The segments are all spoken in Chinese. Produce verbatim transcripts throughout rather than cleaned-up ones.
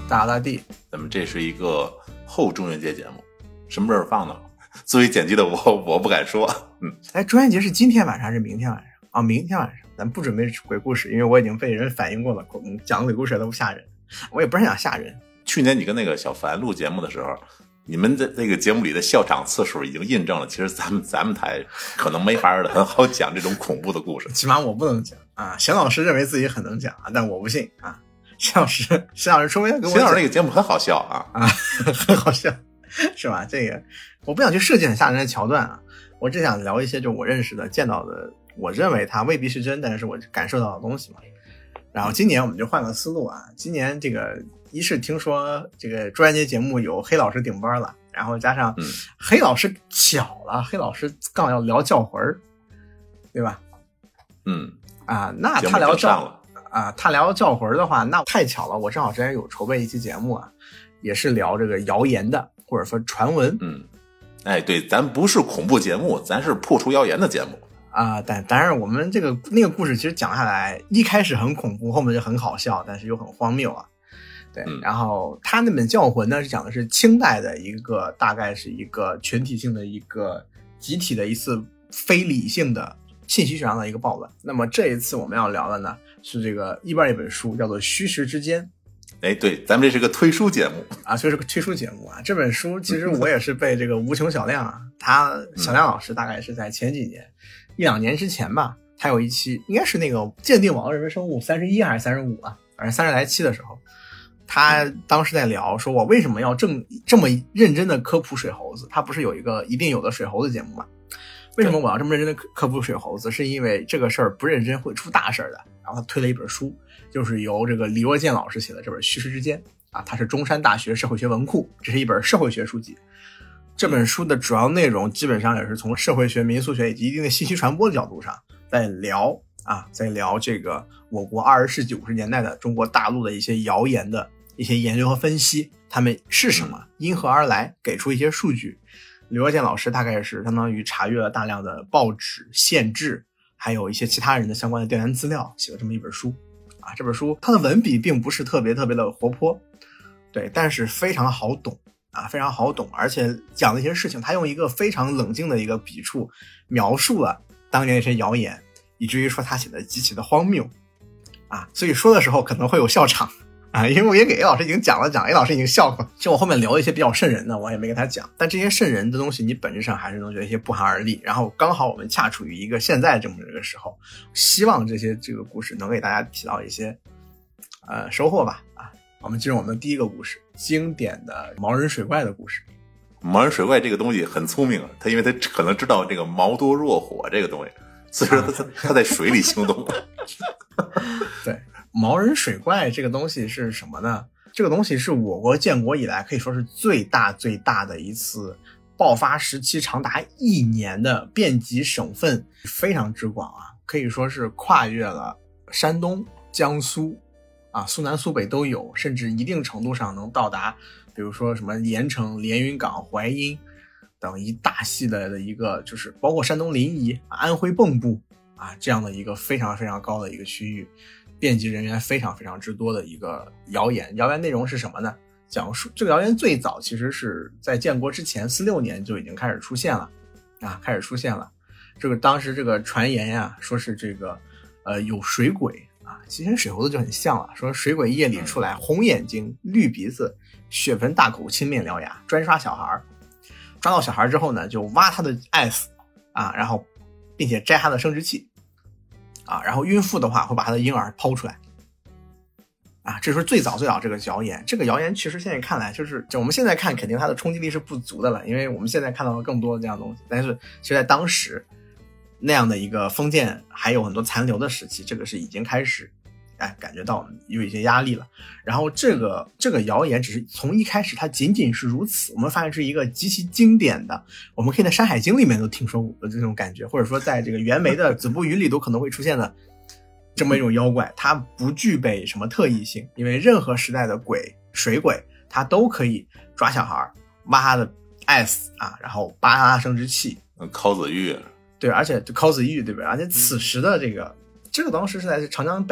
大大地。 咱们这是一个后中元节节目，什么时候放呢？作为剪辑的我，我不敢说。嗯， 哎，中元节是今天晚上还是明天晚上？啊、哦，明天晚上。咱不准备鬼故事，因为我已经被人反映过了，讲鬼故事都不吓人，我也不是想吓人。 去年你跟那个小凡录节目的时候，你们的那个节目里的笑场次数已经印证了，其实咱们咱们台可能没法的很好讲这种恐怖的故事。 起码我不能讲啊，邢老师认为自己很能讲啊，但我不信啊。邢老师，邢老师说跟我邢老师那个节目很好笑啊啊，很好笑，是吧？这个我不想去设计很吓人的桥段啊，我只想聊一些就我认识的、见到的，我认为它未必是真，但是我感受到的东西嘛。然后今年我们就换个思路啊，今年这个一是听说这个中元节节目有黑老师顶班了，然后加上黑老师巧了，黑老师刚要聊教魂，对吧？ 嗯啊，那他聊教啊，他聊教魂的话，那太巧了，我正好之前有筹备一期节目啊，也是聊这个谣言的，或者说传闻。 嗯，哎，对，咱不是恐怖节目，咱是破除谣言的节目。 啊，但当然我们这个那个故事其实讲下来，一开始很恐怖，后面就很好笑，但是又很荒谬啊。对， 嗯、 然后他那本教魂呢，是讲的是清代的一个，大概是一个群体性的一个集体的一次非理性的信息学上的一个暴乱。那么这一次我们要聊的呢，是这个一边一本书，叫做《虚实之间》。 哎，对，咱们这是个推书节目啊，这是个推书节目啊。这本书其实我也是被这个无穷小亮啊，他小亮老师大概是在前几年。一两年之前吧，他有一期应该是那个鉴定网络人文生物三十一还是三十五啊，反正三十来期的时候，他当时在聊说我为什么要正这么认真的科普水猴子，他不是有一个一定有的水猴子节目吗？为什么我要这么认真的科普水猴子？是因为这个事儿不认真会出大事的。然后他推了一本书，就是由这个李若健老师写的这本《虚实之间》啊，它是中山大学社会学文库，这是一本社会学书籍。这本书的主要内容基本上也是从社会学、民俗学以及一定的信息传播的角度上在聊啊，在聊这个我国二十世纪五十年代的中国大陆的一些谣言的一些研究和分析，他们是什么，因何而来，给出一些数据。刘若健老师大概是相当于查阅了大量的报纸、县志，还有一些其他人的相关的调研资料，写了这么一本书啊。这本书它的文笔并不是特别特别的活泼，对，但是非常好懂。啊，非常好懂，而且讲的一些事情，他用一个非常冷静的一个笔触描述了当年那些谣言，以至于说他写的极其的荒谬啊，所以说的时候可能会有笑场啊，因为我也给 A 老师已经讲了讲 ，A 老师已经笑过。就我后面聊了一些比较瘆人的，我也没跟他讲，但这些瘆人的东西，你本质上还是能觉得一些不寒而栗。然后刚好我们恰处于一个现在这么一个时候，希望这些这个故事能给大家提到一些呃收获吧啊。我们进入我们的第一个故事，经典的毛人水怪的故事。 毛人水怪这个东西很聪明，他因为他可能知道这个毛多若火这个东西，所以说他他在水里行动。 对，毛人水怪这个东西是什么呢？这个东西是我国建国以来可以说是最大最大的一次爆发时期长达一年的遍及省份，非常之广啊，可以说是跨越了山东、江苏。啊，苏南苏北都有，甚至一定程度上能到达，比如说什么盐城、连云港、淮阴等一大系的的一个，就是包括山东临沂、安徽蚌埠啊这样的一个非常非常高的一个区域，遍及人员非常非常之多的一个谣言。谣言内容是什么呢？讲述这个谣言最早其实是在建国之前四六年就已经开始出现了啊，开始出现了。这个当时这个传言呀，说是这个呃有水鬼。啊，其实水猴子就很像了，说水鬼夜里出来，红眼睛、绿鼻子、血盆大口、青面獠牙，专抓小孩。抓到小孩之后呢，就挖他的 S 啊，然后并且摘他的生殖器啊，然后孕妇的话会把他的婴儿抛出来啊。这是最早最早这个谣言。这个谣言其实现在看来，就是就我们现在看，肯定它的冲击力是不足的了，因为我们现在看到了更多的这样的东西。但是其实在当时。那样的一个封建还有很多残留的时期，这个是已经开始哎感觉到有一些压力了。然后这个这个谣言只是从一开始它仅仅是如此，我们发现是一个极其经典的，我们可以在山海经里面都听说过的这种感觉，或者说在这个袁枚的子不语里都可能会出现的这么一种妖怪。它不具备什么特异性，因为任何时代的鬼水鬼它都可以抓小孩挖他的 S 啊，然后扒他的生殖器， 尻子玉， 对，而且就尻子玉，对吧？而且此时的这个、嗯、这个当时是在长江北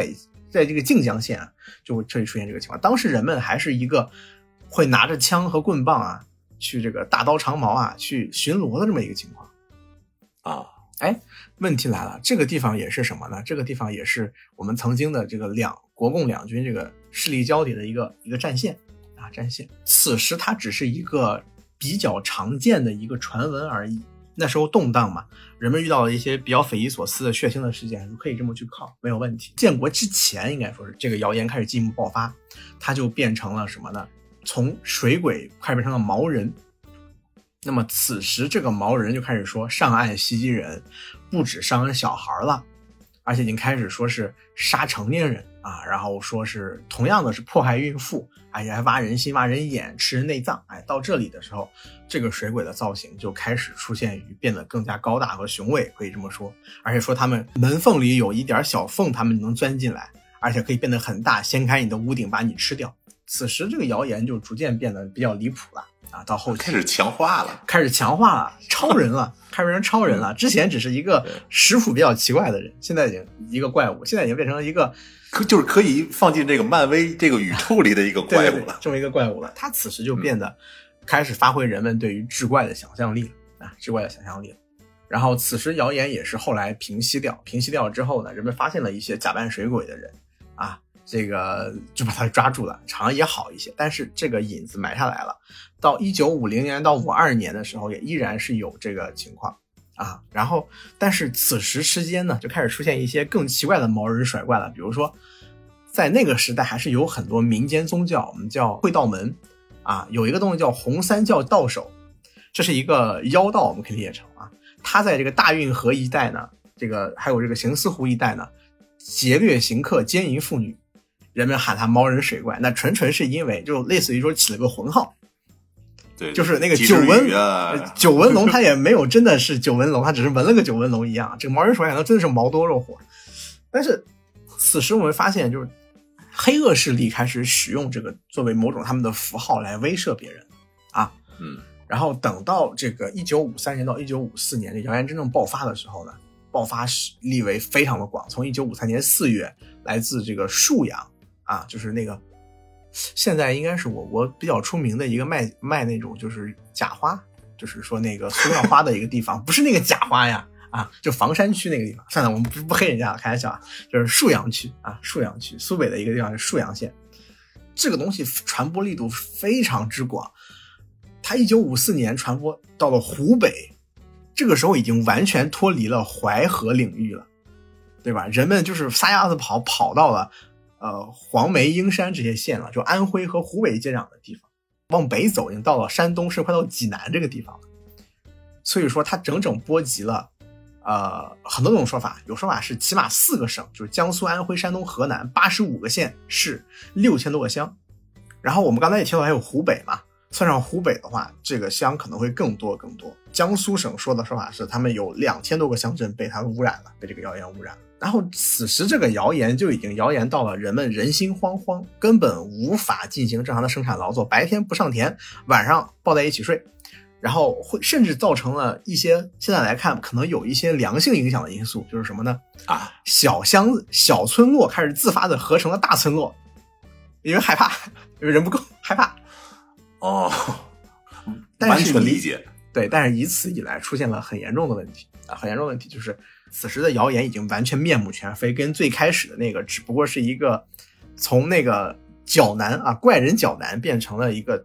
在这个靖江县啊，就会这里出现这个情况。当时人们还是一个会拿着枪和棍棒啊，去这个大刀长矛啊，去巡逻的这么一个情况啊。 哎，问题来了，这个地方也是什么呢？这个地方也是我们曾经的这个两国共两军这个势力交叠的一个一个战线啊，战线。此时它只是一个比较常见的一个传闻而已。那时候动荡嘛，人们遇到了一些比较匪夷所思的血腥的事件，可以这么去靠，没有问题。建国之前应该说是这个谣言开始进一步爆发，它就变成了什么呢？从水鬼开始变成了毛人。那么此时这个毛人就开始说上岸袭击人，不止伤人小孩了，而且已经开始说是杀成年人啊，然后说是同样的是迫害孕妇，而且还挖人心挖人眼吃人内脏。哎，到这里的时候，这个水鬼的造型就开始出现于变得更加高大和雄伟，可以这么说。而且说他们门缝里有一点小缝，他们能钻进来，而且可以变得很大，掀开你的屋顶把你吃掉。此时这个谣言就逐渐变得比较离谱了啊，到后期开始强化了， 开始强化了，超人了，开始变成超人了。之前只是一个食谱比较奇怪的人，现在已经一个怪物，现在已经变成了一个可就是可以放进这个漫威这个宇宙里的一个怪物了， 对对对，这么一个怪物了。他此时就变得开始发挥人们对于志怪的想象力了啊，志怪的想象力了。然后此时谣言也是后来平息掉，平息掉之后呢，人们发现了一些假扮水鬼的人啊。这个就把他抓住了，好像也好一些，但是这个引子埋下来了。到一九五零年到五二年的时候，也依然是有这个情况啊。然后，但是此时之间呢，就开始出现一些更奇怪的毛人甩怪了。比如说，在那个时代还是有很多民间宗教，我们叫会道门啊，有一个东西叫红三教道手，这是一个妖道，我们可以理解成啊，他在这个大运河一带呢，这个还有这个行思湖一带呢，劫掠行客，奸淫妇女。人们喊他猫人水怪，那纯纯是因为就类似于说起了个浑号， 对， 就是那个九纹、 啊、 九纹龙，他也没有真的是九纹龙，他只是纹了个九纹龙一样。这个猫人水怪可能真的是毛多肉火。但是此时我们发现，就是黑恶势力开始使用这个作为某种他们的符号来威慑别人啊。 嗯， 然后等到这个一九五三年到一九五四年，这谣言真正爆发的时候呢，爆发力为非常的广。从一九五三年四月，来自这个沭阳。啊，就是那个，现在应该是我国比较出名的一个卖卖那种就是假花，就是说那个塑料花的一个地方，不是那个假花呀，啊，就房山区那个地方。算了，我们不不黑人家了，开玩笑啊，就是沭阳区啊，沭阳区苏北的一个地方是沭阳县。这个东西传播力度非常之广，它一九五四年传播到了湖北，这个时候已经完全脱离了淮河领域了，对吧？人们就是撒丫子跑，跑到了。呃，黄梅、英山这些县了，就安徽和湖北接壤的地方，往北走已经到了山东，是快到济南这个地方了。所以说，它整整波及了，呃，很多种说法，有说法是起码四个省，就是江苏、安徽、山东、河南，八十五个县市，六千多个乡。然后我们刚才也提到还有湖北嘛，算上湖北的话，这个乡可能会更多更多。江苏省说的说法是，他们有两千多个乡镇被它污染了，被这个谣言污染了。然后此时这个谣言就已经谣言到了人们人心惶惶，根本无法进行正常的生产劳作，白天不上田，晚上抱在一起睡，然后会甚至造成了一些现在来看可能有一些良性影响的因素，就是什么呢？啊，小乡小村落开始自发的合成了大村落，因为害怕，因为人不够害怕。 哦， 但是完全理解。 对，但是以此以来出现了很严重的问题啊，很严重的问题就是此时的谣言已经完全面目全非，跟最开始的那个只不过是一个从那个角男啊怪人角男变成了一个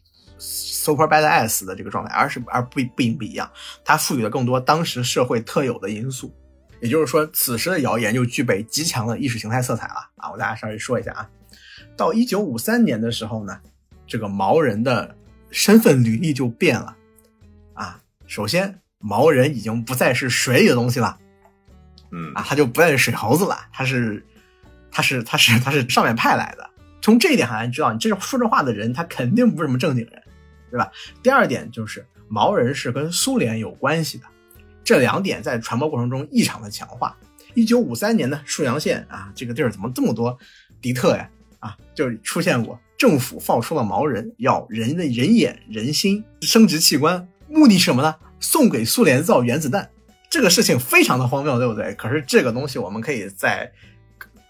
super badass 的这个状态，而是而不并不一样，它赋予了更多当时社会特有的因素。也就是说，此时的谣言就具备极强的意识形态色彩了啊！我大家稍微说一下啊，到一九五三年的时候呢，这个毛人的身份履历就变了啊。首先，毛人已经不再是水里的东西了。 嗯啊，他就不再是水猴子了，他是，他是，他是，他是上面派来的。从这一点还知道，你这说这话的人，他肯定不是什么正经人，对吧？第二点就是毛人是跟苏联有关系的，这两点在传播过程中异常的强化。一九五三年呢，沭阳县啊，这个地儿怎么这么多敌特呀？啊，就出现过政府放出了毛人，要人的人眼、人心、生殖器官，目的是什么呢？送给苏联造原子弹。这个事情非常的荒谬，对不对？可是这个东西我们可以在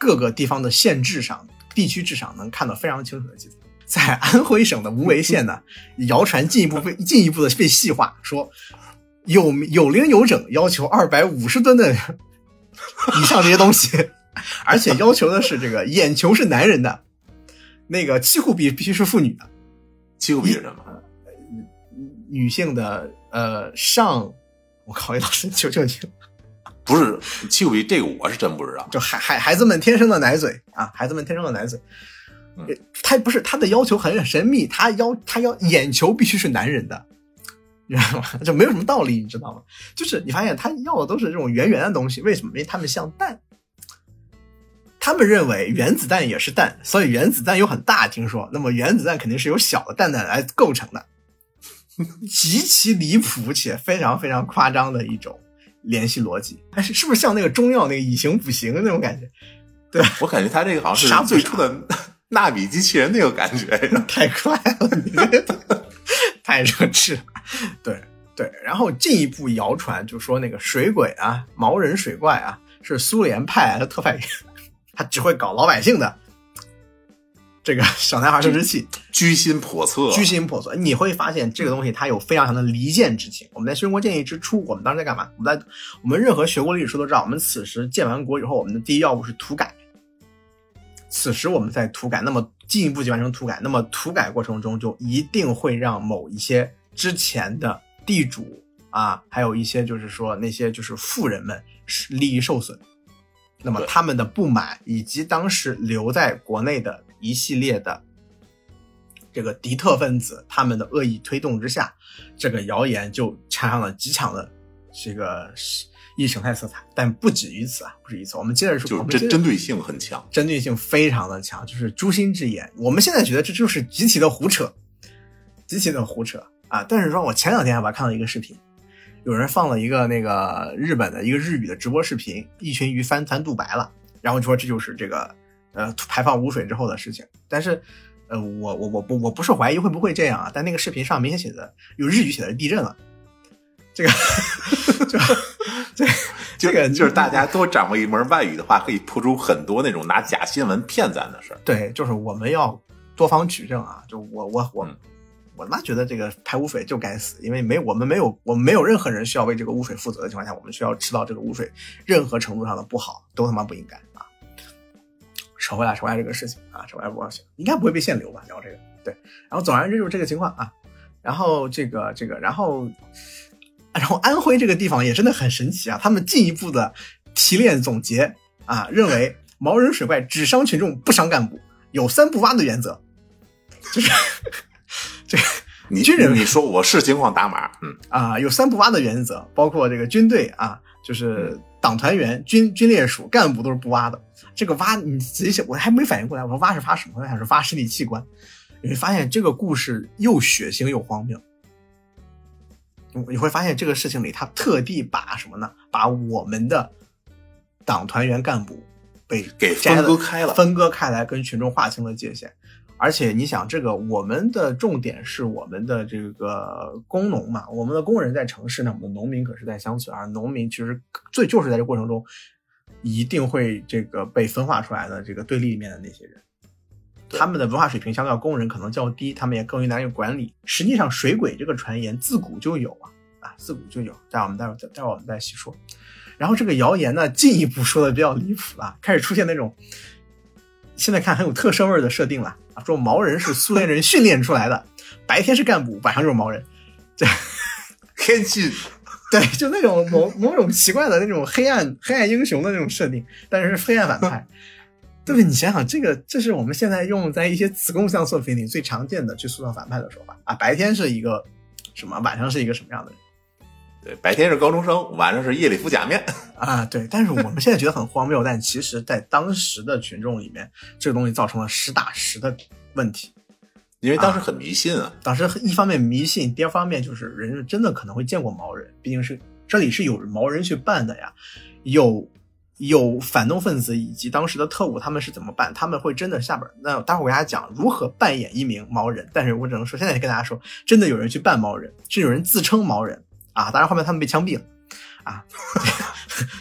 各个地方的县志上、地区志上能看到非常清楚的记载。在安徽省的无为县呢，谣传进一步被进一步的被细化，说有有零有整要求二百五十吨的以上这些东西，而且要求的是这个眼球是男人的，那个气户壁必须是妇女的。 气户壁是什么？ 女性的呃上，我靠，老师求求你， 不是气户壁，这个我是真不知道。 就孩孩孩子们天生的奶嘴啊，孩子们天生的奶嘴。嗯、他不是他的要求很神秘，他要他要眼球必须是男人的，你知道吗？就没有什么道理，你知道吗？就是你发现他要的都是这种圆圆的东西，为什么？因为他们像蛋，他们认为原子弹也是蛋，所以原子弹有很大，听说，那么原子弹肯定是由小的蛋蛋来构成的，极其离谱且非常非常夸张的一种联系逻辑，还是是不是像那个中药那个以形补形的那种感觉？对， 我感觉他这个好像是最初的纳米机器人那个感觉， 太快了，你这个太热炽了。对对，然后进一步谣传就说那个水鬼啊、毛人水怪啊是苏联派来的特派员，他只会搞老百姓的这个小男孩生殖器， 居心叵测， 居心叵测。你会发现这个东西它有非常强的离间之情。我们在修国建立之初，我们当时在干嘛？我们在我们任何学过历史书都知道，我们此时建完国以后，我们的第一要务是土改。此时我们在土改，那么进一步就完成土改，那么土改过程中就一定会让某一些之前的地主啊，还有一些就是说那些就是富人们利益受损，那么他们的不满以及当时留在国内的一系列的这个敌特分子他们的恶意推动之下，这个谣言就产生了极强的这个意识形态色彩。但不止于此啊，不止于此，我们接着说， 就针针对性很强， 针对性非常的强，就是诛心之言。我们现在觉得这就是极其的胡扯，极其的胡扯啊！但是说我前两天还看到一个视频，有人放了一个那个日本的一个日语的直播视频，一群鱼翻翻肚白了，然后就说这就是这个呃排放污水之后的事情。但是呃我我我不我不是怀疑会不会这样啊，但那个视频上明显写的有日语写的是地震了，这个就这这个就是大家多掌握一门外语的话，可以破出很多那种拿假新闻骗咱的事儿。 对，就是我们要多方取证啊！就我我我、嗯、我他妈觉得这个排污水就该死，因为没我们没有我们没有任何人需要为这个污水负责的情况下，我们需要吃到这个污水任何程度上的不好，都他妈不应该啊！扯回来，扯回来这个事情啊，扯回来不高兴，应该不会被限流吧？聊这个对，然后总而言之就是这个情况啊，然后这个这个，然后。然后安徽这个地方也真的很神奇啊，他们进一步的提炼总结啊，认为毛人水怪只伤群众不伤干部，有三不挖的原则，就是这个你军人你说我是情况打码，嗯啊，有三不挖的原则，包括这个军队啊，就是党团员、军军烈属干部都是不挖的。这个挖你仔细想，我还没反应过来，我说挖是挖什么？我想是挖身体器官。你会发现这个故事又血腥又荒谬。你会发现这个事情里他特地把什么呢，把我们的党团员干部被给分割开了， 分割开来跟群众划清了界限。而且你想，这个我们的重点是我们的这个工农嘛，我们的工人在城市呢，我们的农民可是在乡村，而农民其实最就是在这个过程中一定会这个被分化出来的这个对立里面的那些人，他们的文化水平相较工人可能较低，他们也更于难以管理。实际上水鬼这个传言自古就有啊，啊，自古就有，待会儿我们待会儿待会儿我们再细说。然后这个谣言呢，进一步说的比较离谱了，开始出现那种现在看很有特色味的设定了啊，说毛人是苏联人训练出来的，白天是干部，晚上就是毛人，这天气对，就那种某某种奇怪的那种黑暗黑暗英雄的那种设定，但是是黑暗反派。对不对？你想想，这个这是我们现在用在一些子宫像作品里最常见的去塑造反派的手法啊！白天是一个什么，晚上是一个什么样的人？ 对，白天是高中生，晚上是夜里服假面啊！对，但是我们现在觉得很荒谬，但其实在当时的群众里面，这个东西造成了实打实的问题， 因为当时很迷信啊。 啊当时一方面迷信，第二方面就是人真的可能会见过毛人，毕竟是这里是有毛人去办的呀，有。有反动分子以及当时的特务，他们是怎么办？他们会真的下本。那待会儿我给大家讲如何扮演一名毛人，但是我只能说，现在跟大家说，真的有人去扮毛人，是有人自称毛人啊！当然后面他们被枪毙了啊！这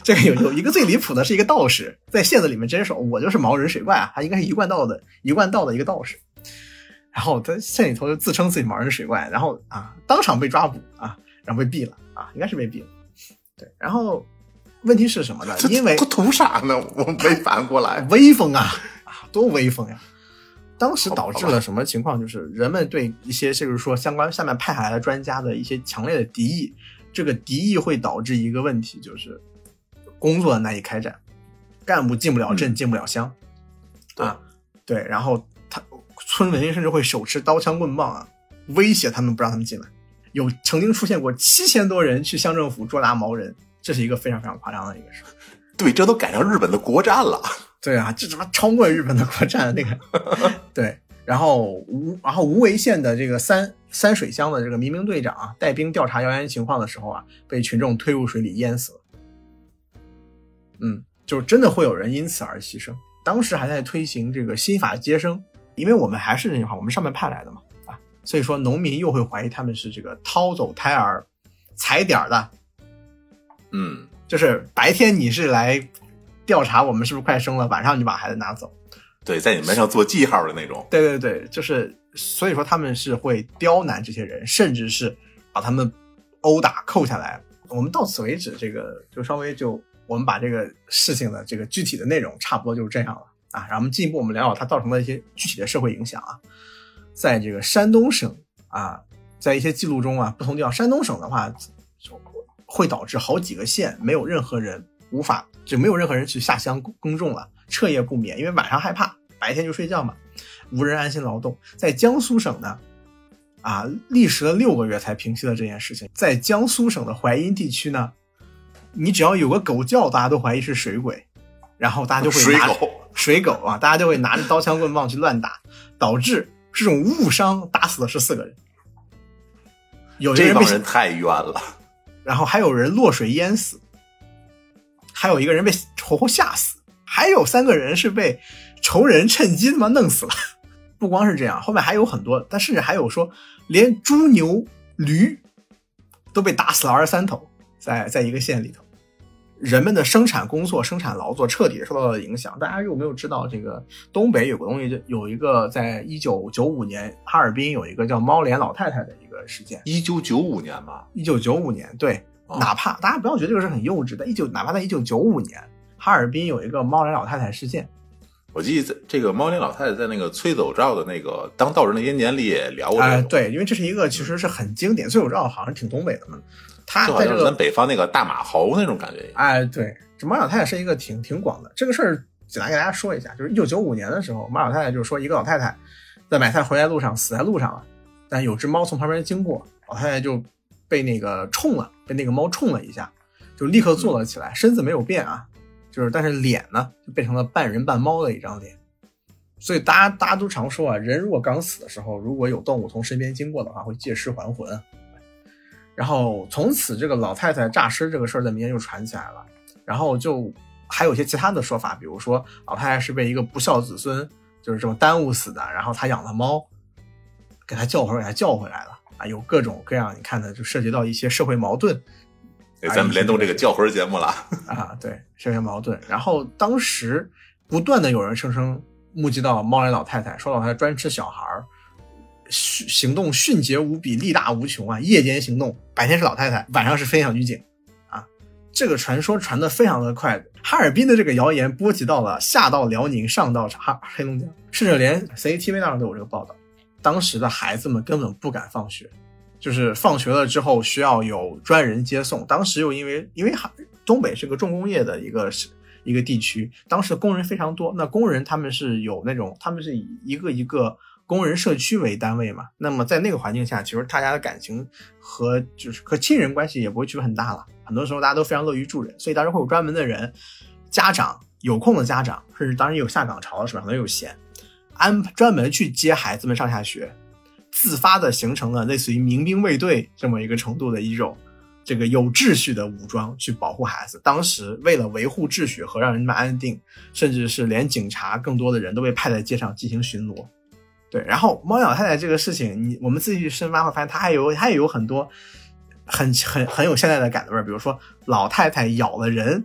这个有有一个最离谱的是一个道士在县子里面真说我就是毛人水怪啊，他应该是一贯道的一贯道的一个道士，然后他县里头就自称自己毛人水怪，然后啊当场被抓捕啊，然后被毙了啊，应该是被毙了。对，然后问题是什么呢？因为他图啥呢？我没反应过来。 威风啊啊，多威风呀！当时导致了什么情况？就是人们对一些就是说相关下面派下来的专家的一些强烈的敌意，这个敌意会导致一个问题，就是工作难以开展，干部进不了镇，嗯、进不了乡，啊，对，然后他村民甚至会手持刀枪棍棒啊，威胁他们不让他们进来。有曾经出现过七千多人去乡政府捉拿毛人，这是一个非常非常夸张的一个事。 对，这都赶上日本的国战了。 对啊，这他妈超过日本的国战那个。对，然后吴然后吴为县的这个三三水乡的这个民兵队长啊，带兵调查谣言情况的时候啊，被群众推入水里淹死了。嗯，就是真的会有人因此而牺牲。当时还在推行这个新法接生，因为我们还是那句话，我们上面派来的嘛，啊，所以说农民又会怀疑他们是这个掏走胎儿踩点的。 嗯， 就是白天你是来调查我们是不是快生了，晚上你把孩子拿走。 对，在你门上做记号的那种。 对对对，就是所以说他们是会刁难这些人，甚至是把他们殴打扣下来。我们到此为止，这个就稍微就我们把这个事情的这个具体的内容差不多就是这样了啊。然后我们进一步我们聊聊它造成的一些具体的社会影响啊。在这个山东省啊，在一些记录中啊，不同地方，山东省的话会导致好几个县没有任何人无法就没有任何人去下乡耕种了，彻夜不眠，因为晚上害怕，白天就睡觉嘛，无人安心劳动。在江苏省呢，啊，历时了六个月才平息了这件事情。在江苏省的淮阴地区呢，你只要有个狗叫，大家都怀疑是水鬼，然后大家就会拿水狗水狗啊，大家就会拿着刀枪棍棒去乱打，导致这种误伤打死了十四个人。有人这帮人太冤了。 然后还有人落水淹死，还有一个人被活活吓死，还有三个人是被仇人趁机他妈弄死了。不光是这样，后面还有很多，但甚至还有说连猪牛驴都被打死了二十三头，在在一个县里头。人们的生产工作生产劳作彻底受到了影响。大家有没有知道这个东北有个东西，有一个在一九九五年哈尔滨有一个叫猫脸老太太的一个事件。 一九九五年吧， 一九九五年，对、哦、哪怕大家不要觉得这个是很幼稚的，一九哪怕在一九九五年哈尔滨有一个猫脸老太太事件。 我记得这个猫脸老太太在那个崔走照的那个当道人的一年里也聊过、 呃、对，因为这是一个其实是很经典，崔走照好像挺东北的嘛，他就好像是咱北方那个大马猴那种感觉。 哎，对，这猫老太太是一个挺挺广的。这个事儿简单给大家说一下，就是一九九五年的时候，猫老太太就是说一个老太太在买菜回来路上死在路上了，但有只猫从旁边经过，老太太就被那个冲了，被那个猫冲了一下，就立刻坐了起来，身子没有变啊，就是但是脸呢就变成了半人半猫的一张脸。所以大家大家都常说啊，人如果刚死的时候，如果有动物从身边经过的话，会借尸还魂。然后从此这个老太太诈尸这个事儿在民间就传起来了，然后就还有一些其他的说法，比如说老太太是被一个不孝子孙就是这么耽误死的，然后她养的猫给她叫回来，给她叫回来了啊，有各种各样，你看的就涉及到一些社会矛盾。 对，咱们联动这个叫魂节目了啊，对，社会矛盾。然后当时不断的有人声称目击到猫脸老太太，说老太太专吃小孩，行动迅捷无比，力大无穷啊！夜间行动，白天是老太太，晚上是分享女警啊！这个传说传得非常的快，哈尔滨的这个谣言波及到了下到辽宁，上到哈黑龙江，甚至连 C C T V 上都有这个报道。当时的孩子们根本不敢放学，就是放学了之后需要有专人接送。当时又因为因为东北是个重工业的一个一个地区，当时的工人非常多，那工人他们是有那种他们是以一个一个工人社区为单位嘛，那么在那个环境下，其实大家的感情和就是和亲人关系也不会区别很大了。很多时候大家都非常乐于助人，所以当时会有专门的人，家长有空的家长，甚至当然有下岗潮的时候，可能有闲，安专门去接孩子们上下学，自发的形成了类似于民兵卫队这么一个程度的一种这个有秩序的武装去保护孩子。当时为了维护秩序和让人们安定，甚至是连警察更多的人都被派在街上进行巡逻。对，然后猫老太太这个事情，你我们自己去深挖会发现，它还有它也有很多很很很有现代的感的味儿。比如说，老太太咬了人，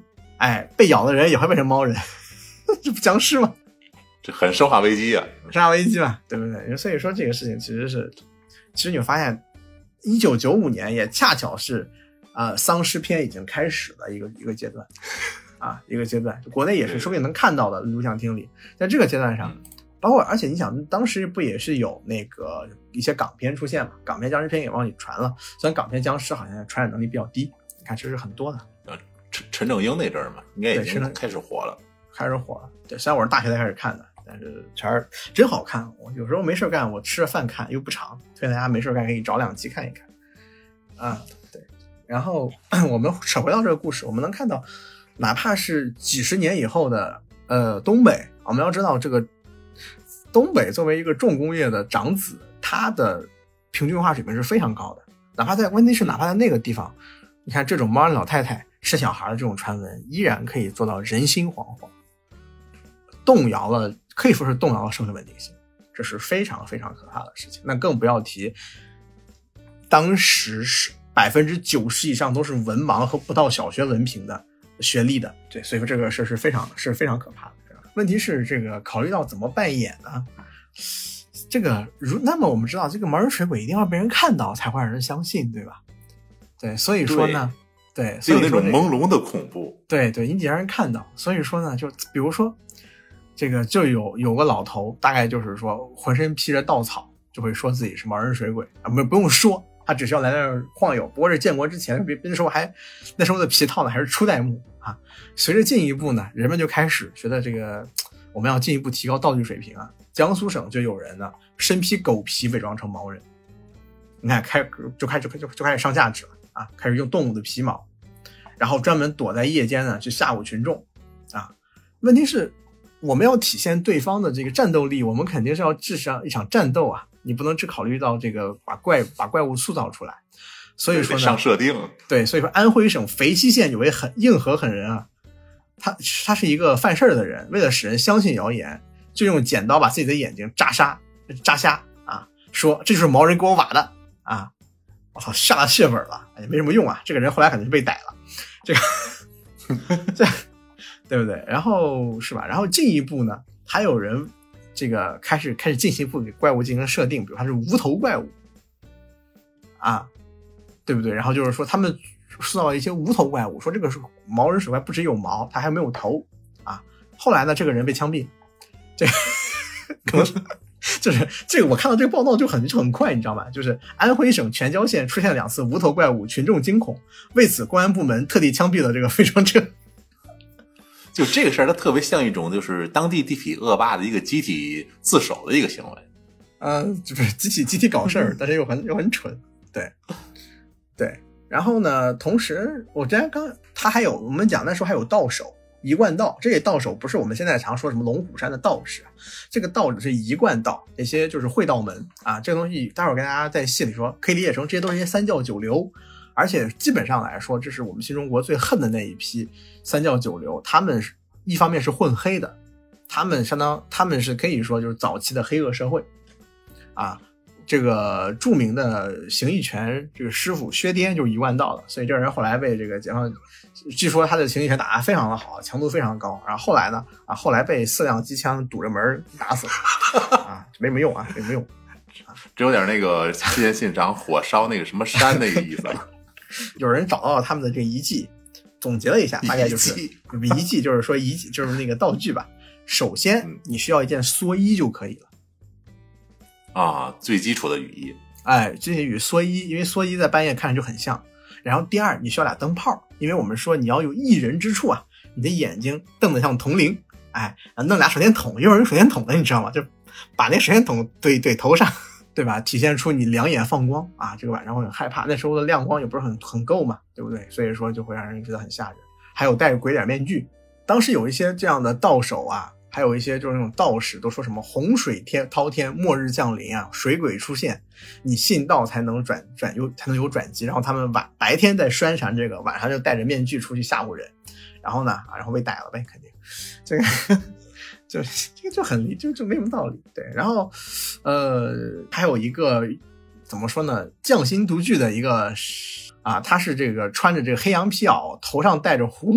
哎，被咬的人也会变成猫人，这不僵尸吗？ 这很生化危机啊， 生化危机嘛，对不对？所以说这个事情其实是，其实你会发现，一九九五年也恰巧是，呃，丧尸片已经开始的一个一个阶段，啊，一个阶段，国内也是说不定能看到的录像厅里，在这个阶段上，包括而且你想，当时不也是有那个一些港片出现嘛，港片僵尸片也往里传了，虽然港片僵尸好像传染能力比较低，你看这是很多的。 呃，陈陈正英那阵儿嘛，应该已经开始火了， 开始火了。对，虽然我是大学才开始看的。但是全是真好看，我有时候没事干，我吃着饭看又不长，推荐大家没事干可以找两集看一看。啊，对。然后我们扯回到这个故事，我们能看到，哪怕是几十年以后的呃东北，我们要知道这个东北作为一个重工业的长子，它的平均文化水平是非常高的。哪怕在问题是哪怕在那个地方，你看这种猫人老太太生小孩的这种传闻，依然可以做到人心惶惶，动摇了。可以说是动摇了社会稳定性，这是非常非常可怕的事情。那更不要提，当时是百分之九十以上都是文盲和不到小学文凭的学历的，对，所以说这个事是非常是非常可怕的。问题是这个考虑到怎么扮演呢？这个如那么我们知道，这个盲人水鬼一定要被人看到才会让人相信，对吧？对，所以说呢，对， 只有那种朦胧的恐怖， 对对，你得让人看到。所以说呢，就比如说。这个就有有个老头，大概就是说浑身披着稻草，就会说自己是盲人水鬼啊，不不用说，他只需要来那儿晃悠。不过是建国之前，那时候还那时候的皮套呢还是初代目啊。随着进一步呢，人们就开始觉得这个我们要进一步提高道具水平啊。江苏省就有人呢身披狗皮伪装成毛人，你看开就开始就就开始上价值了啊，开始用动物的皮毛，然后专门躲在夜间呢去吓唬群众啊。问题是。我们要体现对方的这个战斗力，我们肯定是要制上一场战斗啊！你不能只考虑到这个把怪把怪物塑造出来。所以说呢， 上设定对，所以说安徽省肥西县有位很硬核狠人啊，他他是一个犯事的人，为了使人相信谣言，就用剪刀把自己的眼睛扎瞎扎瞎啊，说这就是毛人给我挖的啊！我操，下了血本了，也没什么用啊！这个人后来可能就被逮了，这个这。对不对？然后是吧？然后进一步呢，还有人这个开始开始进一步给怪物进行设定，比如它是无头怪物啊，对不对？然后就是说他们塑造了一些无头怪物，说这个是毛人水怪不只有毛，它还没有头啊。后来呢，这个人被枪毙，这个可能是就是这个我看到这个报道就很就很快，你知道吗？就是安徽省全椒县出现了两次无头怪物，群众惊恐，为此公安部门特地枪毙了这个非常者。 就这个事儿，它特别像一种就是当地地痞恶霸的一个集体自首的一个行为， 嗯、呃，就是集体集体搞事儿，但是又很又很蠢，对，对。然后呢，同时我之前刚他还有我们讲那时候还有道手一贯道，这些道手不是我们现在常说什么龙虎山的道士，这个道是一贯道，那些就是会道门啊，这个东西待会儿跟大家在戏里说，可以理解成这些都是一些三教九流。而且基本上来说，这是我们新中国最恨的那一批三教九流，他们一方面是混黑的，他们相当他们是可以说就是早期的黑恶社会啊。这个著名的形意拳这个师傅薛颠就是一贯道的，所以这个人后来被这个解放，据说他的形意拳打得非常的好，强度非常高。然后后来呢啊，后来被四辆机枪堵着门打死了啊，没什么用啊，没什么用。 这有点那个西天信长火烧那个什么山那个意思。 有人找到了他们的这个遗迹，总结了一下，大概就是遗迹，就是说遗迹就是那个道具吧。首先，你需要一件蓑衣就可以了。 啊，最基础的雨衣。 哎，这些雨蓑衣，因为蓑衣在半夜看着就很像。然后第二，你需要俩灯泡，因为我们说你要有一人之处啊，你的眼睛瞪得像铜铃，哎，弄俩手电筒，又有人手电筒的，你知道吗？就把那手电筒怼怼头上。对吧？体现出你两眼放光啊，这个晚上会很害怕。那时候的亮光也不是很很够嘛，对不对？所以说就会让人觉得很吓人。还有戴着鬼脸面具，当时有一些这样的道手啊，还有一些就是那种道士都说什么洪水天滔天，末日降临啊，水鬼出现，你信道才能转转有才能有转机。然后他们晚白天在宣传这个，晚上就戴着面具出去吓唬人，然后呢，啊、然后被逮了呗，肯定这个。就这个就很就就没什么道理，对。然后，呃，还有一个怎么说呢，匠心独具的一个啊，他是这个穿着这个黑羊皮袄，头上戴着葫芦，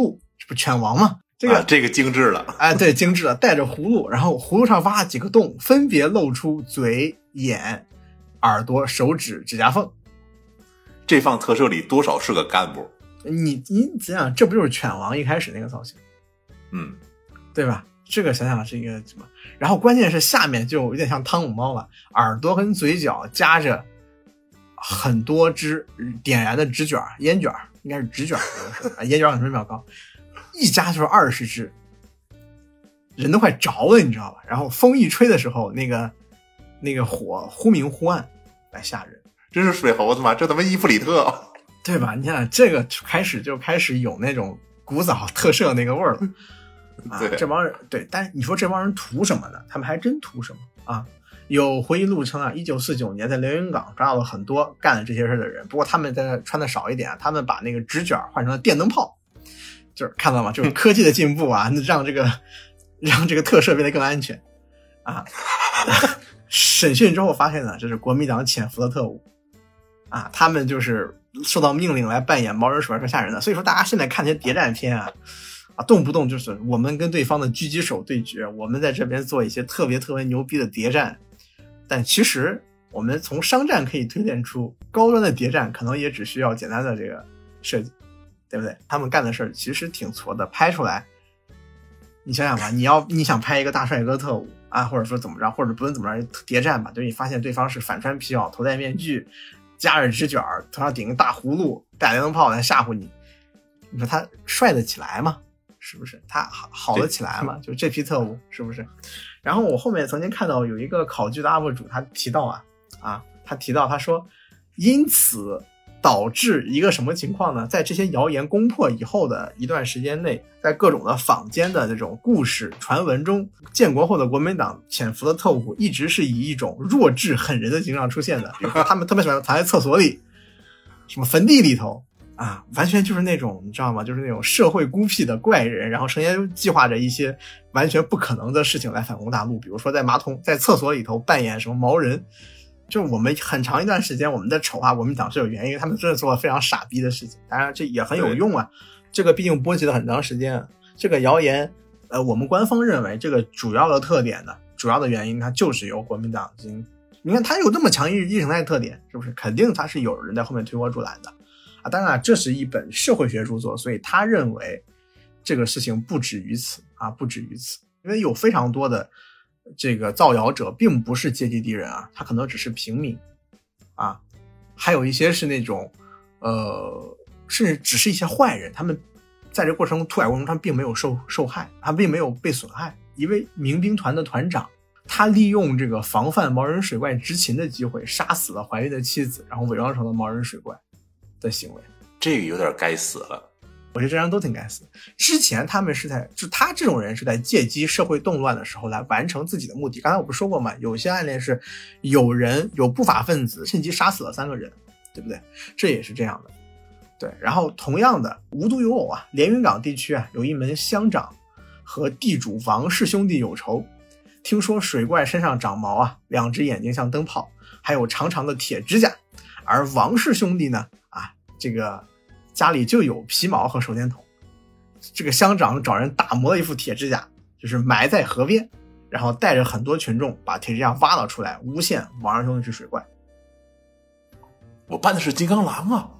不犬王嘛？这个、 啊、这个精致了， 哎，对，精致了，带着葫芦，然后葫芦上挖了几个洞，分别露出嘴、眼、耳朵、手指、指甲缝。 这放特摄里多少是个干部。 你你怎样？这不就是犬王一开始那个造型？ 嗯， 对吧？这个想想是一个什么？然后关键是下面就有点像汤姆猫了，耳朵跟嘴角夹着很多只点燃的纸卷、烟卷，应该是纸卷，烟卷可能比较高。一夹就是二十只，人都快着了，你知道吧？然后风一吹的时候，那个那个火忽明忽暗，来吓人。 这是水猴子吗？这他妈伊芙里特， 对吧？你看这个开始就开始有那种古早特摄那个味儿了。啊， 对， 这帮人对，但是你说这帮人图什么呢？他们还真图什么啊？有回忆录称啊，一九四九年在连云港抓到了很多干了这些事的人，不过他们在穿的少一点，他们把那个纸卷换成了电灯泡。就是看到吗？就是科技的进步啊，让这个让这个特摄变得更安全啊。审讯之后发现呢，这是国民党潜伏的特务啊，他们就是受到命令来扮演毛人水怪这吓人的。所以说大家现在看这些谍战片啊啊，动不动就是我们跟对方的狙击手对决，我们在这边做一些特别特别牛逼的谍战，但其实我们从商战可以推荐出高端的谍战可能也只需要简单的这个设计。对不对？他们干的事儿其实挺挫的，拍出来，你想想吧，你要你想拍一个大帅哥特务啊，或者说怎么着，或者不论怎么着谍战吧，就你发现对方是反穿皮袄、头戴面具、夹着纸卷、头上顶个大葫芦、带电灯泡来吓唬你，你说他帅得起来吗？是不是？他好好得起来吗？就这批特务是不是？然后我后面曾经看到有一个考据的 U P 主，他提到啊啊，他提到他说，因此。导致一个什么情况呢？在这些谣言攻破以后的一段时间内，在各种的坊间的这种故事传闻中，建国后的国民党潜伏的特务一直是以一种弱智狠人的形象出现的。比如说他们特别喜欢藏在厕所里，什么坟地里头啊，完全就是那种你知道吗？就是那种社会孤僻的怪人，然后成天计划着一些完全不可能的事情来反攻大陆，比如说在马桶在厕所里头扮演什么毛人。就是我们很长一段时间我们在丑化国民党是有原因，他们真的做了非常傻逼的事情，当然这也很有用啊，这个毕竟波及了很长时间。这个谣言呃，我们官方认为这个主要的特点呢，主要的原因它就是由国民党进行，你看它有这么强意意识形态特点，是不是肯定它是有人在后面推波助澜的啊？当然这是一本社会学著作，所以他认为这个事情不止于此啊，不止于此，因为有非常多的这个造谣者并不是阶级敌人啊，他可能只是平民啊，还有一些是那种呃，甚至只是一些坏人，他们在这过程中土改过程中他们并没有受受害，他并没有被损害。一位民兵团的团长，他利用这个防范毛人水怪执勤的机会，杀死了怀孕的妻子，然后伪装成了毛人水怪的行为， 这个有点该死了。 我觉得这样都挺该死。之前他们是在，就他这种人是在借机社会动乱的时候来完成自己的目的。刚才我不是说过吗？有些案例是有人有不法分子趁机杀死了三个人，对不对？这也是这样的。对，然后同样的，无独有偶啊，连云港地区啊有一门乡长和地主王氏兄弟有仇，听说水怪身上长毛啊，两只眼睛像灯泡，还有长长的铁指甲，而王氏兄弟呢，啊，这个家里就有皮毛和手电筒，这个乡长找人打磨了一副铁指甲，就是埋在河边，然后带着很多群众把铁指甲挖了出来，诬陷王氏兄弟是水怪。 我扮的是金刚狼啊！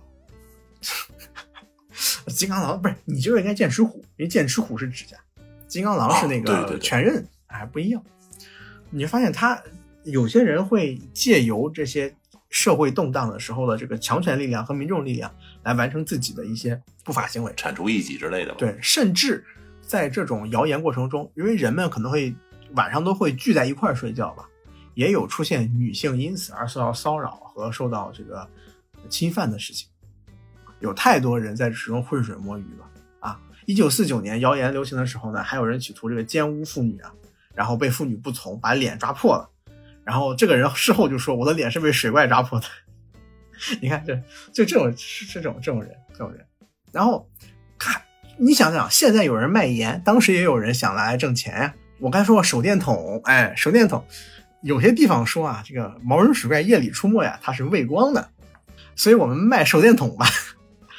金刚狼不是，你这个应该剑齿虎，因为剑齿虎是指甲，金刚狼是那个全刃，还不一样。你就发现他有些人会借由这些社会动荡的时候的这个强权力量和民众力量来完成自己的一些不法行为， 铲除异己之类的。 对，甚至在这种谣言过程中，因为人们可能会晚上都会聚在一块睡觉吧，也有出现女性因此而受到骚扰和受到这个侵犯的事情。有太多人在使用浑水摸鱼了啊！一九四九年谣言流行的时候呢，还有人企图这个奸污妇女啊，然后被妇女不从，把脸抓破了，然后这个人事后就说我的脸是被水怪抓破的。你看这就这种这种这种人这种人，然后看你想想，现在有人卖盐，当时也有人想来挣钱呀。我刚才说过手电筒，哎，手电筒，有些地方说啊，这个毛人水怪夜里出没呀，它是畏光的，所以我们卖手电筒吧。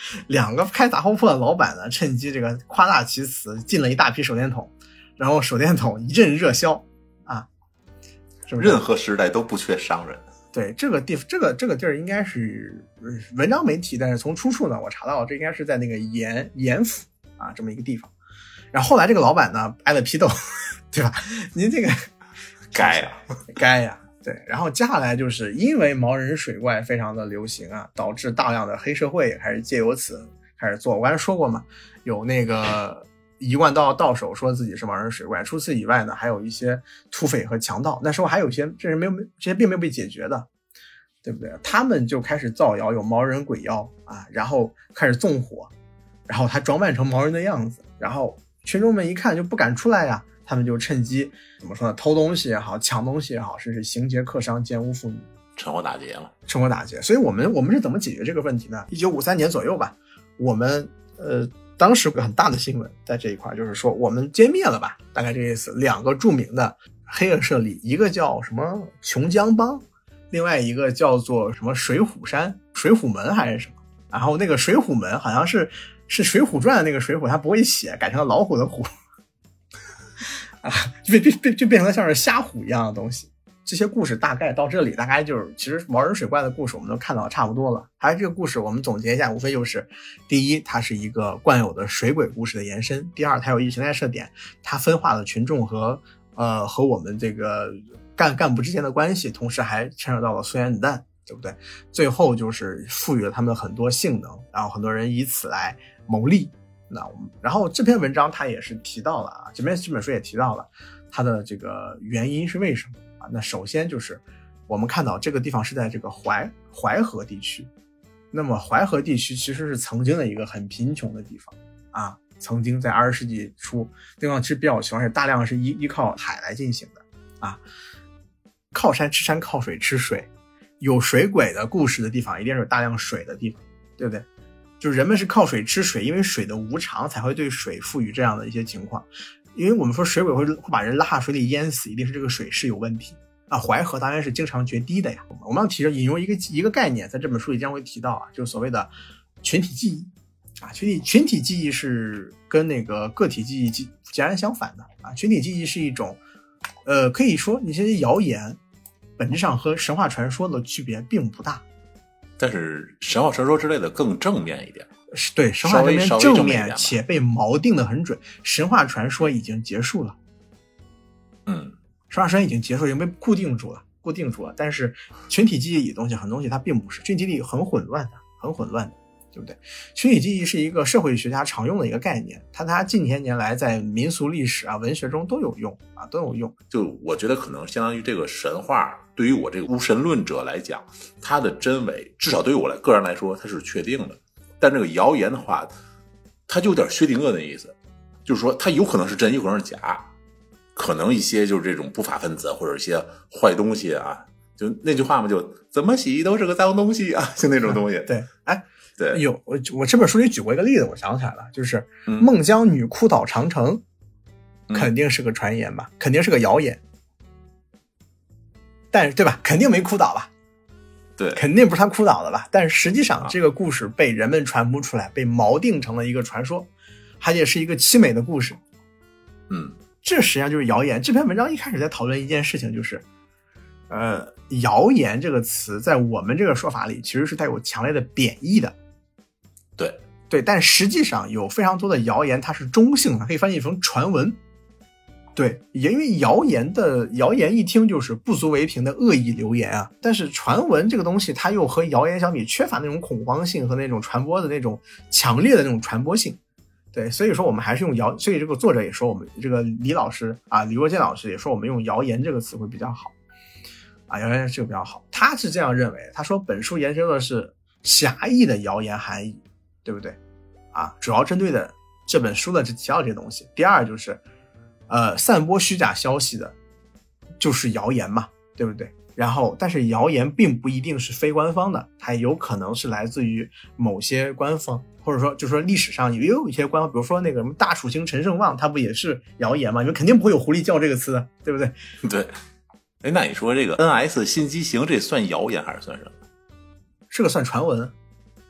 两个开杂货铺的老板呢，趁机这个夸大其词，进了一大批手电筒，然后手电筒一阵热销啊，是不是？ 任何时代都不缺商人。 对，这个地这个这个地儿应该是文章没提，但是从出处呢，我查到这应该是在那个盐盐府啊这么一个地方。然后后来这个老板呢挨了批斗，对吧？您这个该呀、 啊，该呀、啊。对，然后接下来就是因为毛人水怪非常的流行啊，导致大量的黑社会也开始借由此开始做。我刚才说过嘛，有那个一贯道道手说自己是毛人水怪，除此以外呢，还有一些土匪和强盗。那时候还有一些这是没有这些并没有被解决的，对不对？他们就开始造谣有毛人鬼妖啊，然后开始纵火，然后他装扮成毛人的样子，然后群众们一看就不敢出来呀。他们就趁机怎么说呢？偷东西也好，抢东西也好，甚至行劫客商、奸污妇女， 趁火打劫了。 趁火打劫。所以我们我们是怎么解决这个问题呢？一九五三年左右吧，我们呃当时有个很大的新闻在这一块，就是说我们歼灭了吧，大概这个意思。两个著名的黑恶势力，一个叫什么琼浆帮，另外一个叫做什么水浒山、水浒门还是什么。然后那个水浒门好像是是《水浒传》的那个水浒，他不会写，改成了老虎的虎。啊，就变变就变成了像是虾虎一样的东西。这些故事大概到这里，大概就是其实毛人水怪的故事我们都看到差不多了。还是这个故事我们总结一下，无非就是第一，它是一个惯有的水鬼故事的延伸；第二，它有意识形态设点，它分化了群众和呃和我们这个干干部之间的关系，同时还牵扯到了素原子弹，对不对？最后就是赋予了他们很多性能，然后很多人以此来谋利。那我们，然后这篇文章它也是提到了啊，这边这本书也提到了它的这个原因是为什么啊？那首先就是我们看到这个地方是在这个淮淮河地区，那么淮河地区其实是曾经的一个很贫穷的地方啊，曾经在二十世纪初地方其实比较穷，而且大量是依依靠海来进行的啊，靠山吃山，靠水吃水，有水鬼的故事的地方一定是有大量水的地方，对不对？就是人们是靠水吃水，因为水的无常才会对水赋予这样的一些情况。因为我们说水鬼会会把人拉下水里淹死，一定是这个水是有问题啊。淮河当然是经常决堤的呀。我们要提着引用一个一个概念，在这本书里将会提到啊，就是所谓的群体记忆啊。群体群体记忆是跟那个个体记忆截然相反的啊。群体记忆是一种，呃，可以说你这些谣言本质上和神话传说的区别并不大。 但是神话传说之类的更正面一点， 对，神话这边正面且被锚定的很准。神话传说已经结束了， 嗯， 神话传说已经结束，已经被固定住了，固定住了。但是群体记忆的东西，很多东西它并不是，群体记忆很混乱的，很混乱的，对不对？群体记忆是一个社会学家常用的一个概念，它它近些年来在民俗历史啊、文学中都有用啊，都有用。 就我觉得可能相当于这个神话。对于我这个无神论者来讲，它的真伪至少对于我来个人来说它是确定的，但这个谣言的话它就有点薛定谔的意思，就是说它有可能是真有可能是假，可能一些就是这种不法分子或者一些坏东西啊，就那句话嘛，就怎么洗都是个脏东西啊，就那种东西。 对，哎， 对， 有我我这本书里举过一个例子，我想起来了，就是孟姜女哭倒长城，嗯、肯定是个传言吧，肯定是个谣言。但是对吧，肯定没哭倒吧， 对， 肯定不是他哭倒的吧。但是实际上这个故事被人们传播出来，被锚定成了一个传说，它也是一个凄美的故事。 嗯， 这实际上就是谣言。这篇文章一开始在讨论一件事情，就是呃，谣言这个词在我们这个说法里其实是带有强烈的贬义的。 对对，但实际上有非常多的谣言它是中性的，可以翻译成传闻。对，也因为谣言的谣言一听就是不足为凭的恶意流言啊，但是传闻这个东西它又和谣言相比缺乏那种恐慌性和那种传播的那种强烈的那种传播性。对，所以说我们还是用谣，所以这个作者也说我们这个李老师啊，李若健老师也说我们用谣言这个词汇比较好啊，谣言这个比较好。他是这样认为，他说本书研究的是狭义的谣言含义，对不对啊？主要针对的这本书的只提到这些东西。第二就是呃，散播虚假消息的就是谣言嘛，对不对？然后但是谣言并不一定是非官方的，它有可能是来自于某些官方，或者说就是说历史上也有一些官方，比如说那个什么大楚兴陈胜旺，它不也是谣言吗？你们肯定不会有狐狸叫这个词的，对不对？ 对。哎，那你说这个 N S 新机型这算谣言还是算什么？ 这个算传闻，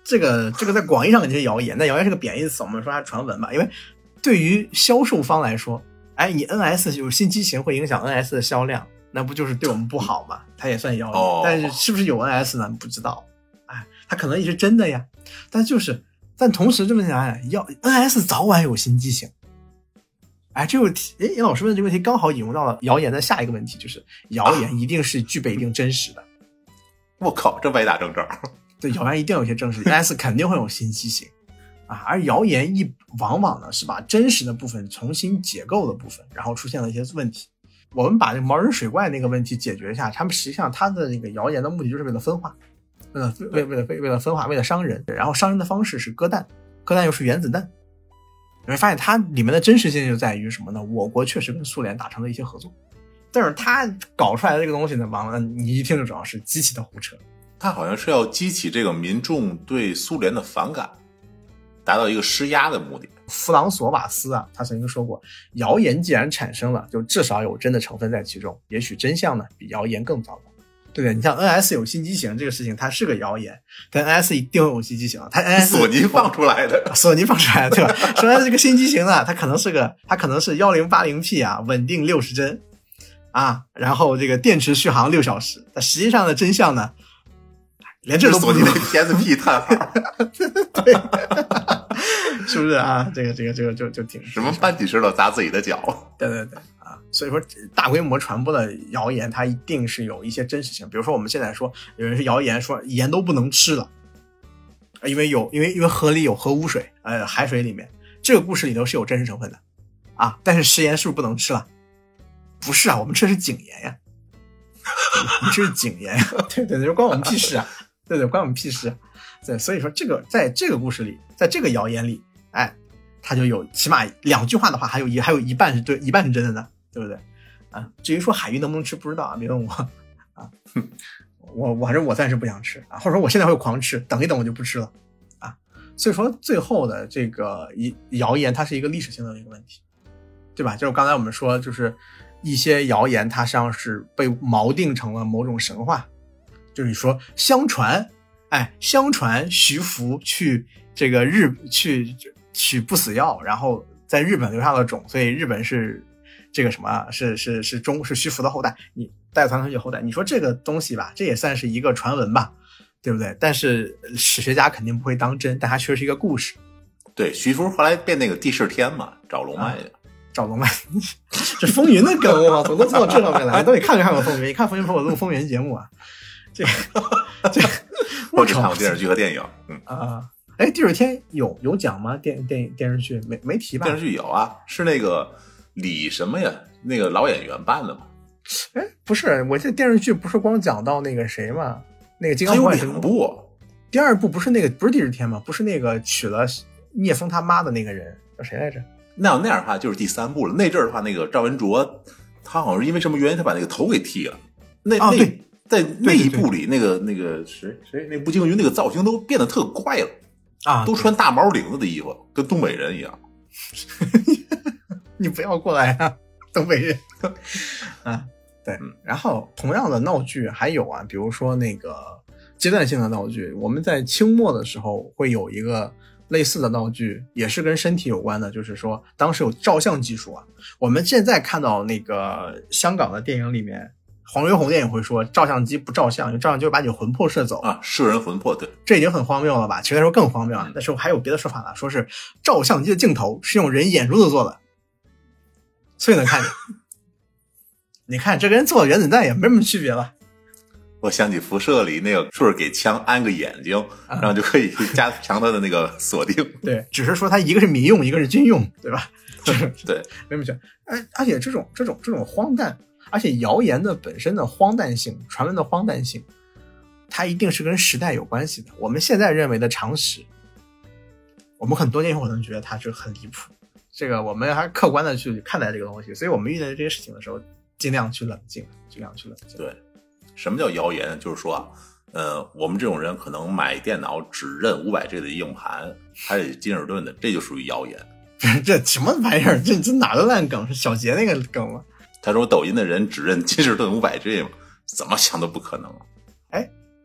这个这个在广义上肯定是谣言，但谣言是个贬义词，我们说它传闻吧。因为对于销售方来说，哎，你 N S 有新机型会影响 N S 的销量，那不就是对我们不好吗？它也算谣言， 哦、 但是是不是有 N S 呢？不知道。哎，它可能也是真的呀。但就是，但同时这么讲，要 N S 早晚有新机型。哎，这个问题，哎，严老师问的这个问题刚好引入到了谣言的下一个问题，就是谣言一定是具备一定真实的。 我、啊、靠，这歪打正着。 对，谣言一定有一些真实 ，N S 肯定会有新机型啊，而谣言一往往呢是把真实的部分重新解构的部分，然后出现了一些问题。我们把这毛人水怪那个问题解决一下，他们实际上他的这个谣言的目的就是为了分化，为了为为了为了分化，为了伤人，然后伤人的方式是割弹，割弹又是原子弹。你会发现它里面的真实性就在于什么呢？我国确实跟苏联达成了一些合作，但是他搞出来的这个东西呢，完了你一听就知道是机器的胡扯。 他好像是要激起这个民众对苏联的反感，达到一个施压的目的。 弗朗索瓦斯啊，他曾经说过，谣言既然产生了，就至少有真的成分在其中，也许真相呢比谣言更糟糕，对不对？你像 N S 有新机型这个事情，它是个谣言，但 N S 一定有新机型，它 N S 索尼放出来的， 索尼放出来的，对吧？说它这个新机型呢，它可能是个，它可能是 一零八零 P 啊，稳定六十帧啊，然后这个电池续航六小时，但实际上的真相呢？连这都不索尼的 P S P 叹号， 对，是不是啊？这个这个这个就就挺什么搬起石头砸自己的脚， 对对对啊！所以说大规模传播的谣言，它一定是有一些真实性。比如说我们现在说有人是谣言说盐都不能吃了，因为有因为因为河里有核污水，呃，海水里面这个故事里头是有真实成分的啊。但是食盐是不是不能吃了？不是啊，我们吃的是井盐呀，我们吃的是井盐呀，对对对，关我们屁事啊！对对，关我们屁事。对，所以说这个在这个故事里，在这个谣言里，哎，它就有起码两句话的话，还有一还有一半是对，一半是真的呢，对不对？啊，至于说海鱼能不能吃，不知道啊，别问我啊。我我反正我暂时不想吃啊，或者说我现在会狂吃，等一等我就不吃了啊。所以说最后的这个谣言，它是一个历史性的一个问题，对吧？就是刚才我们说，就是一些谣言它实际上是被锚定成了某种神话。就是说相传，哎，相传徐福去这个日去取不死药，然后在日本留下了种，所以日本是这个什么，是是是中是徐福的后代，你代传承续后代。你说这个东西吧，这也算是一个传闻吧，对不对？但是史学家肯定不会当真，但它确实是一个故事。 对，徐福后来变那个帝释天嘛，找龙脉的。啊找龙脉，这风云的梗啊，怎么都做到这上面来？到底看没看过风云？你看风云说我录风云节目啊？这个，这个， 我只看过电视剧和电影。嗯啊，哎，第二天有有讲吗？电电影电视剧没没提吧？ 电视剧有啊，是那个李什么呀？那个老演员办的嘛？ 哎，不是，我这电视剧不是光讲到那个谁嘛？那个金刚不坏神部。 第二部不是那个不是第十天吗？不是那个娶了聂风他妈的那个人叫谁来着？ 那要那样的话就是第三部了。那阵儿的话，那个赵文卓他好像是因为什么原因，他把那个头给剃了。那、 啊、 那对， 在那一部里，那个那个谁谁那步惊云那个造型都变得特怪了啊， 都穿大毛领子的衣服，跟东北人一样。 你不要过来啊，东北人啊！对， 嗯， 然后同样的闹剧还有啊，比如说那个阶段性的闹剧，我们在清末的时候会有一个类似的闹剧，也是跟身体有关的，就是说当时有照相技术啊。我们现在看到那个香港的电影里面，黄飞鸿电影会说照相机不照相，因为照相机会把你魂魄射走啊，摄人魂魄，对， 这已经很荒谬了吧？其实那时候更荒谬啊，那时候还有别的说法呢，说是照相机的镜头是用人眼珠子做的，所以能看见。你看这跟做原子弹也没什么区别了。 我想起辐射里那个说是给枪安个眼睛，然后就可以加强它的那个锁定。 对，只是说它一个是民用，一个是军用，对吧？ 对， 没什么区别。而而且这种这种这种荒诞，而且谣言的本身的荒诞性，传闻的荒诞性，它一定是跟时代有关系的。我们现在认为的常识，我们很多年以后可能觉得它是很离谱。这个我们还是客观的去看待这个东西，所以我们遇到这些事情的时候，尽量去冷静，尽量去冷静。 对。什么叫谣言？就是说啊，呃，我们这种人可能买电脑只认五百 G 的硬盘，还得金士顿的，这就属于谣言。 这什么玩意儿？这这哪的烂梗？是小杰那个梗吗？ 他说抖音的人只认金士顿五百 G 嘛，怎么想都不可能。 哎，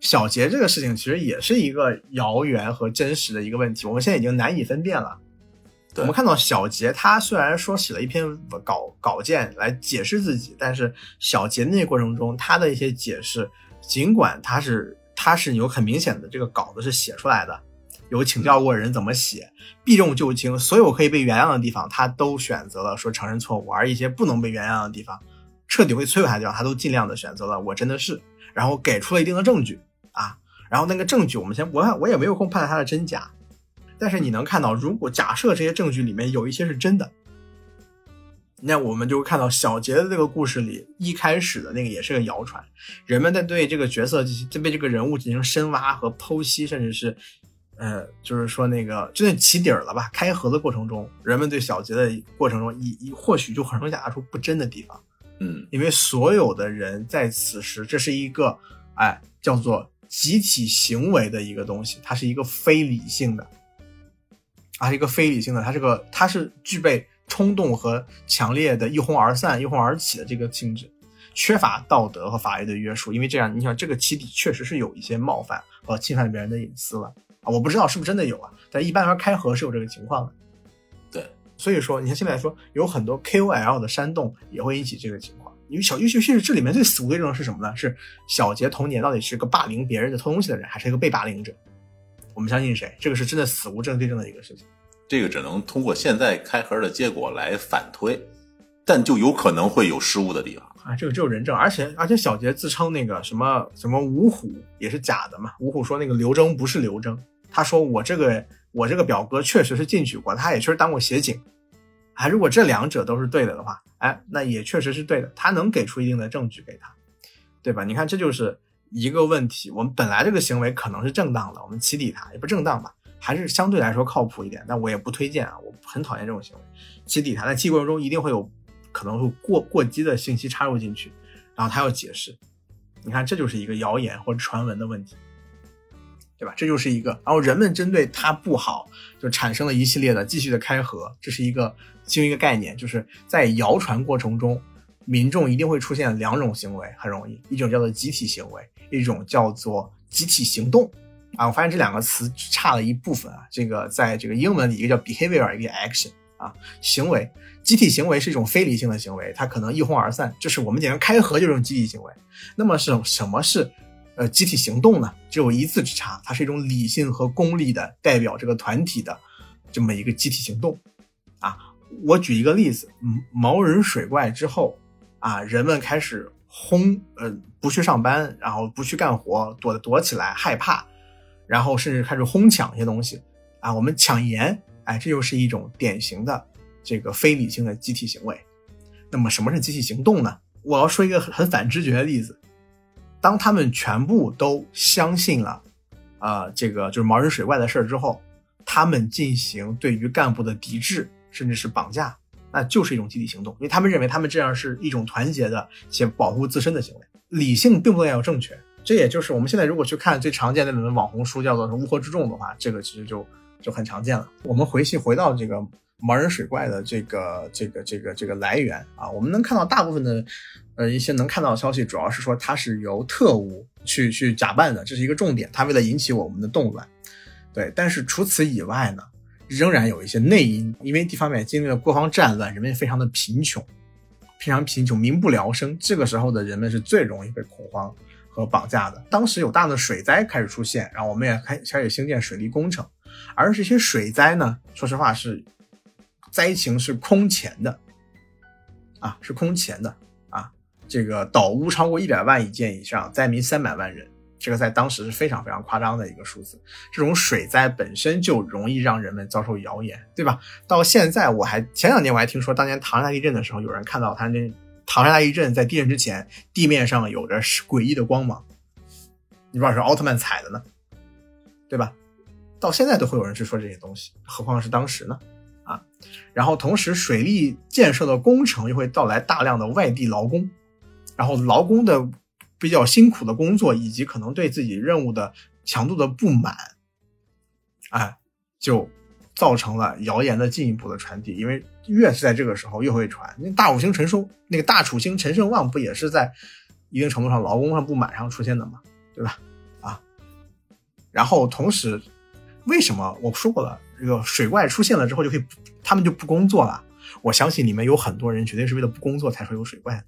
小节这个事情其实也是一个谣言和真实的一个问题，我们现在已经难以分辨了。我们看到小节他虽然说写了一篇稿稿件来解释自己，但是小节那个过程中他的一些解释，尽管他是他是有很明显的这个稿子是写出来的，有请教过人怎么写，避重就轻，所有可以被原谅的地方他都选择了说承认错误，而一些不能被原谅的地方，彻底会摧毁他的地方，他都尽量的选择了我真的是，然后给出了一定的证据啊，然后那个证据我们先我我也没有空判断它的真假，但是你能看到，如果假设这些证据里面有一些是真的，那我们就会看到小节的这个故事里一开始的那个也是个谣传，人们在对这个角色在对这个人物进行深挖和剖析，甚至是呃，就是说那个真的起底儿了吧，开盒的过程中，人们对小节的过程中一或许就很容易打出不真的地方。 嗯， 因为所有的人在此时，这是一个哎叫做集体行为的一个东西，它是一个非理性的，它是一个非理性的，它是个它是具备冲动和强烈的一哄而散、一哄而起的这个性质，缺乏道德和法律的约束。因为这样，你想这个起底确实是有一些冒犯和侵犯别人的隐私了啊！我不知道是不是真的有啊，但一般来说开盒是有这个情况的。 对。 所以说你看现在说有很多 K O L 的煽动也会引起这个情况，因为小尤其是这里面最死无对证是什么呢？是小节童年到底是个霸凌别人的偷东西的人，还是一个被霸凌者？我们相信谁？这个是真的死无证对证的一个事情。 这个只能通过现在开盒的结果来反推，但就有可能会有失误的地方啊。这个只有人证，而且而且小节自称那个什么什么五虎也是假的嘛。五虎说那个刘征不是刘征，他说我这个我这个表哥确实是进去过，他也确实当过协警。哎，如果这两者都是对的的话，哎，那也确实是对的，他能给出一定的证据给他，对吧？你看，这就是一个问题。我们本来这个行为可能是正当的，我们起底他也不正当吧，还是相对来说靠谱一点，但我也不推荐啊，我很讨厌这种行为。起底他在起过程中一定会有可能会过过激的信息插入进去，然后他要解释。你看，这就是一个谣言或者传闻的问题。对吧？这就是一个，然后人们针对它不好，就产生了一系列的继续的开盒，这是一个其中一个概念，就是在谣传过程中，民众一定会出现两种行为，很容易，一种叫做集体行为，一种叫做集体行动。啊，我发现这两个词差了一部分啊，这个在这个英文里一个叫 behavior， 一个叫 action 啊，行为，集体行为是一种非理性的行为，它可能一哄而散，就是我们简单开盒就是一种集体行为。那么是什么是？呃，集体行动呢，只有一字之差，它是一种理性和功利的代表这个团体的这么一个集体行动啊。我举一个例子，毛人水怪之后啊，人们开始轰，呃，不去上班，然后不去干活，躲躲起来，害怕，然后甚至开始哄抢一些东西啊。我们抢盐，哎，这就是一种典型的这个非理性的集体行为。那么什么是集体行动呢？我要说一个很反直觉的例子。当他们全部都相信了呃，这个就是毛人水怪的事之后，他们进行对于干部的抵制甚至是绑架，那就是一种集体行动，因为他们认为他们这样是一种团结的且保护自身的行为。理性并不能要正确，这也就是我们现在如果去看最常见的那种网红书叫做乌合之众的话，这个其实就就很常见了。我们回去回到这个毛人水怪的这个这个这个这个来源啊，我们能看到大部分的呃一些能看到的消息，主要是说它是由特务去去假扮的，这是一个重点，它为了引起我们的动乱。对，但是除此以外呢，仍然有一些内因，因为一方面经历了国防战乱，人们非常的贫穷，非常贫穷，民不聊生，这个时候的人们是最容易被恐慌和绑架的。当时有大量的水灾开始出现，然后我们也开始兴建水利工程，而这些水灾呢，说实话是灾情是空前的啊，是空前的啊！这个倒屋超过一百万一件以上，灾民三百万人，这个在当时是非常非常夸张的一个数字。这种水灾本身就容易让人们遭受谣言，对吧？到现在我还前两年我还听说，当年唐山大地震的时候，有人看到他那唐山大地震在地震之前，地面上有着诡异的光芒，你不知道是奥特曼踩的呢，对吧？到现在都会有人去说这些东西，何况是当时呢？啊，然后同时水利建设的工程又会带来大量的外地劳工，然后劳工的比较辛苦的工作以及可能对自己任务的强度的不满，哎，就造成了谣言的进一步的传递。因为越是在这个时候越会传，那大五星陈寿那个大楚星陈胜旺不也是在一定程度上劳工上不满上出现的吗？对吧？啊， 然后同时，为什么我说过了，这个水怪出现了之后就可以，他们就不工作了？我相信里面有很多人绝对是为了不工作才会有水怪的。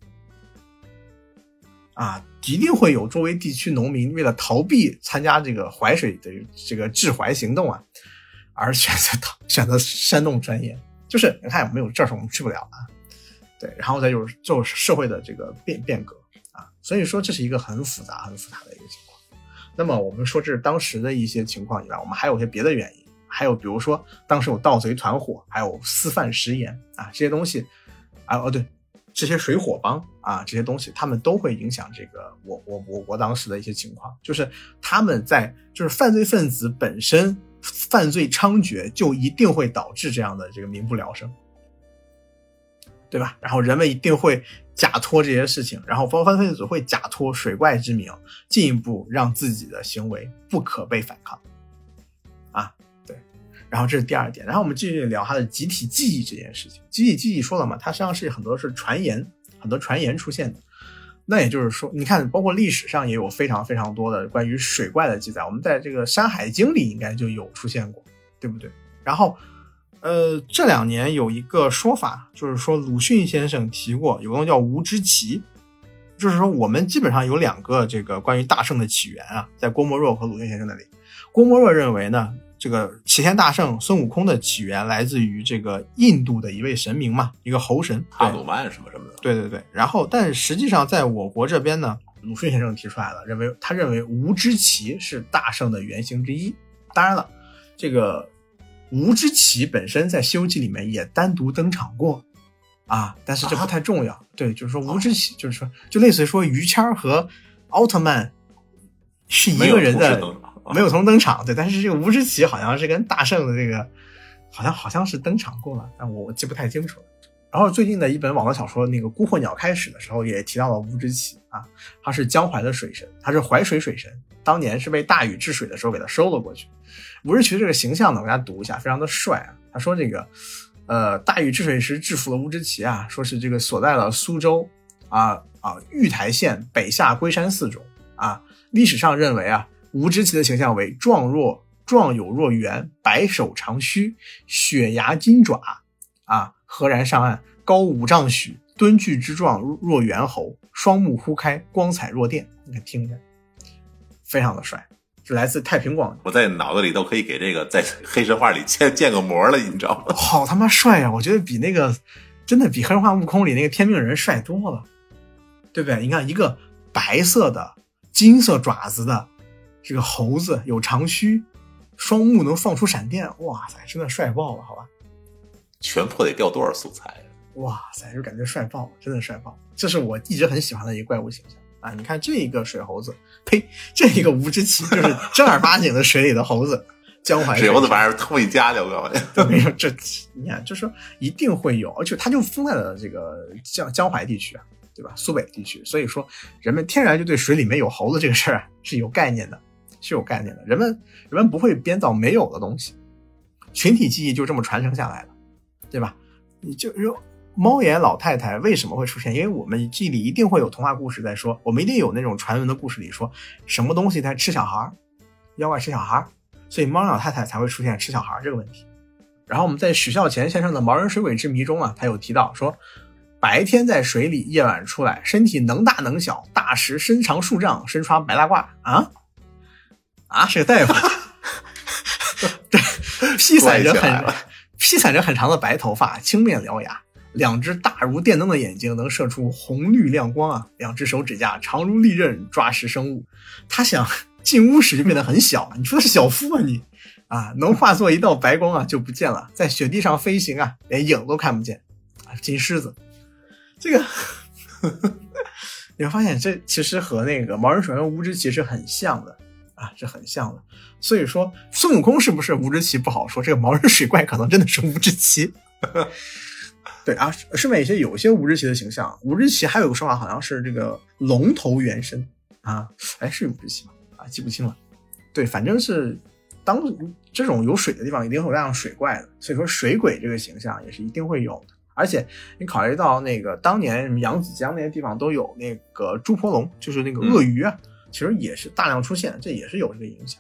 啊，一定会有周围地区农民为了逃避参加这个淮水的这个治淮行动啊，而选择选择煽动传言，就是你看没有这事我们去不了啊。对，然后再就是就是社会的这个变变革啊，所以说这是一个很复杂很复杂的一个情况。那么我们说这是当时的一些情况以外，我们还有一些别的原因，还有比如说当时有盗贼团伙，还有私贩食盐啊，这些东西啊，哦对。这些水火帮啊，这些东西他们都会影响这个我我我国当时的一些情况，就是他们在就是犯罪分子本身犯罪猖獗，就一定会导致这样的这个民不聊生，对吧？然后人们一定会假托这些事情，然后犯罪分子会假托水怪之名，进一步让自己的行为不可被反抗啊。然后这是第二点，然后我们继续聊它的集体记忆这件事情。集体记忆说了嘛，它实际上是很多是传言，很多传言出现的。那也就是说，你看，包括历史上也有非常非常多的关于水怪的记载，我们在这个《山海经》里应该就有出现过，对不对？然后，呃，这两年有一个说法，就是说鲁迅先生提过，有个东西叫吴之奇，就是说我们基本上有两个这个关于大圣的起源啊，在郭沫若和鲁迅先生那里。郭沫若认为呢，这个齐天大圣孙悟空的起源来自于这个印度的一位神明嘛，一个猴神哈努曼什么什么的。 对对对。然后，但实际上在我国这边呢，鲁迅先生提出来了，认为他认为吴之奇是大圣的原型之一。当然了，这个吴之奇本身在《西游记》里面也单独登场过啊，但是这不太重要。啊、对，就是说吴之奇，就是说就类似于说于谦和奥特曼是一个人的。没有同登场，对，但是这个吴之奇好像是跟大圣的这个好像好像是登场过了，但我记不太清楚了。然后最近的一本网络小说那个《孤鹤鸟》开始的时候也提到了吴之奇啊，他是江淮的水神，他是淮水水神，当年是被大禹治水的时候给他收了过去。吴之奇这个形象呢，我给大家读一下，非常的帅啊。他说这个呃大禹治水时制服了吴之奇啊，说是这个所在了苏州啊啊玉台县北下龟山寺中啊，历史上认为啊。吴之奇的形象为壮若壮有若猿，白手长须，雪牙金爪啊，赫然上岸，高五丈许，敦具之状若猿猴，双目忽开，光彩若电。你看听着非常的帅，是来自太平广。 我在脑子里都可以给这个在黑神话里建建个模了，你知道吗？ 好他妈帅啊，我觉得比那个真的比黑神话悟空里那个天命人帅多了，对不对？你看一个白色的金色爪子的这个猴子，有长须，双目能放出闪电，哇塞，真的帅爆了，好吧？ 全破得掉多少素材？ 哇塞，就感觉帅爆了，真的帅爆了！这是我一直很喜欢的一个怪物形象啊！你看这一个水猴子，呸，这一个吴之奇就是正儿八经的水里的猴子，江淮水猴子玩意儿偷你家的，我告诉你， 对，这你看，就是说一定会有，而且它就封在了这个江江淮地区啊，对吧？苏北地区，所以说人们天然就对水里面有猴子这个事儿是有概念的。是有概念的，人们人们不会编造没有的东西，群体记忆就这么传承下来了，对吧？你就说猫眼老太太为什么会出现？因为我们记忆里一定会有童话故事在说，我们一定有那种传闻的故事里说什么东西在吃小孩，妖怪吃小孩，所以猫眼老太太才会出现吃小孩这个问题。然后我们在许孝乾先生的《毛人水鬼之谜》中啊，他有提到说，白天在水里，夜晚出来，身体能大能小，大时身长数丈，身穿白大褂啊。啊，是个大夫，对，披散着很披散着很长的白头发，青面獠牙，两只大如电灯的眼睛能射出红绿亮光啊，两只手指甲长如利刃，抓食生物。他想进屋时就变得很小，你说的是小夫啊你啊，能化作一道白光啊就不见了，在雪地上飞行啊，连影都看不见啊，金狮子。这个你会发现这其实和那个毛人水怪吴之奇是很像的。啊，是很像的，所以说孙悟空是不是吴之奇不好说，这个毛人水怪可能真的是吴之奇。对啊，顺便一些有一些吴之奇的形象，吴之奇还有个说法，好像是这个龙头原身啊，哎是吴之奇吗？啊，记不清了。对，反正是当这种有水的地方一定会有大量水怪的，所以说水鬼这个形象也是一定会有的。而且你考虑到那个当年扬子江那些地方都有那个猪婆龙，就是那个鳄鱼啊。嗯，其实也是大量出现，这也是有这个影响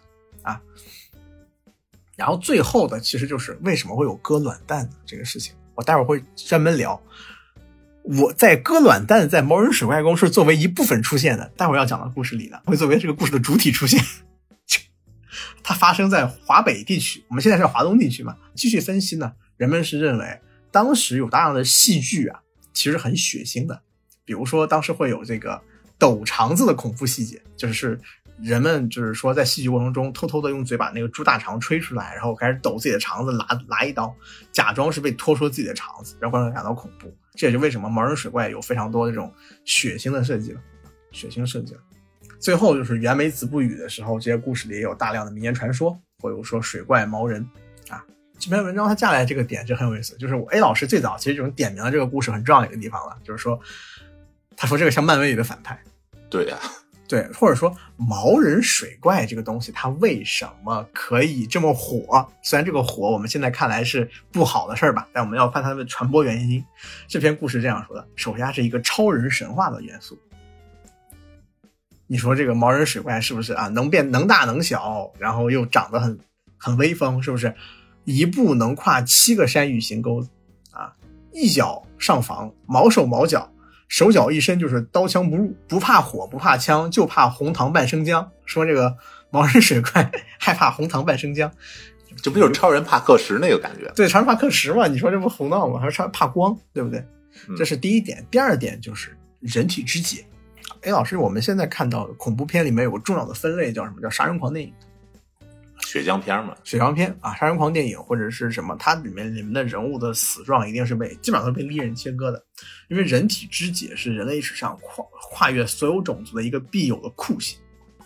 啊。然后最后的其实就是为什么会有割卵蛋的这个事情，我待会儿会专门聊。我在割卵蛋在毛人水怪宫是作为一部分出现的，待会儿要讲到故事里的会作为这个故事的主体出现。它发生在华北地区，我们现在是华东地区嘛。继续分析呢，人们是认为当时有大量的戏剧啊，其实很血腥的。比如说当时会有这个抖肠子的恐怖细节，就是人们就是说在戏剧过程中偷偷的用嘴把那个猪大肠吹出来，然后开始抖自己的肠子，拉拉一刀，假装是被拖出自己的肠子，让观众感到恐怖。这也是为什么毛人水怪有非常多的这种血腥的设计了，血腥设计了。最后就是袁枚子不语的时候，这些故事里也有大量的民间传说，或者说水怪毛人啊。这篇文章它加来这个点就很有意思，就是我 A 老师最早其实这种点明了这个故事很重要的一个地方了，就是说他说这个像漫威里的反派。 对呀、啊， 对，或者说毛人水怪这个东西它为什么可以这么火，虽然这个火我们现在看来是不好的事儿吧，但我们要看它的传播原因。这篇故事这样说的，首先它是一个超人神话的元素。你说这个毛人水怪是不是啊？能变能大能小，然后又长得很很威风，是不是？一步能跨七个山芋行沟子啊，一脚上房，毛手毛脚，手脚一伸就是刀枪不入，不怕火不怕枪，就怕红糖拌生姜。说这个毛人水怪害怕红糖拌生姜， 这不就是超人怕克时那个感觉？ 对，超人怕克时嘛，你说这不胡闹吗？还是怕光，对不对？这是第一点。第二点就是人体肢解。哎，老师，我们现在看到的恐怖片里面有个重要的分类，叫什么？叫杀人狂电影、 血浆片嘛？ 血浆片啊，杀人狂电影或者是什么？它里面里面的人物的死状一定是被基本上都被利刃切割的，因为人体肢解是人类史上跨跨越所有种族的一个必有的酷刑，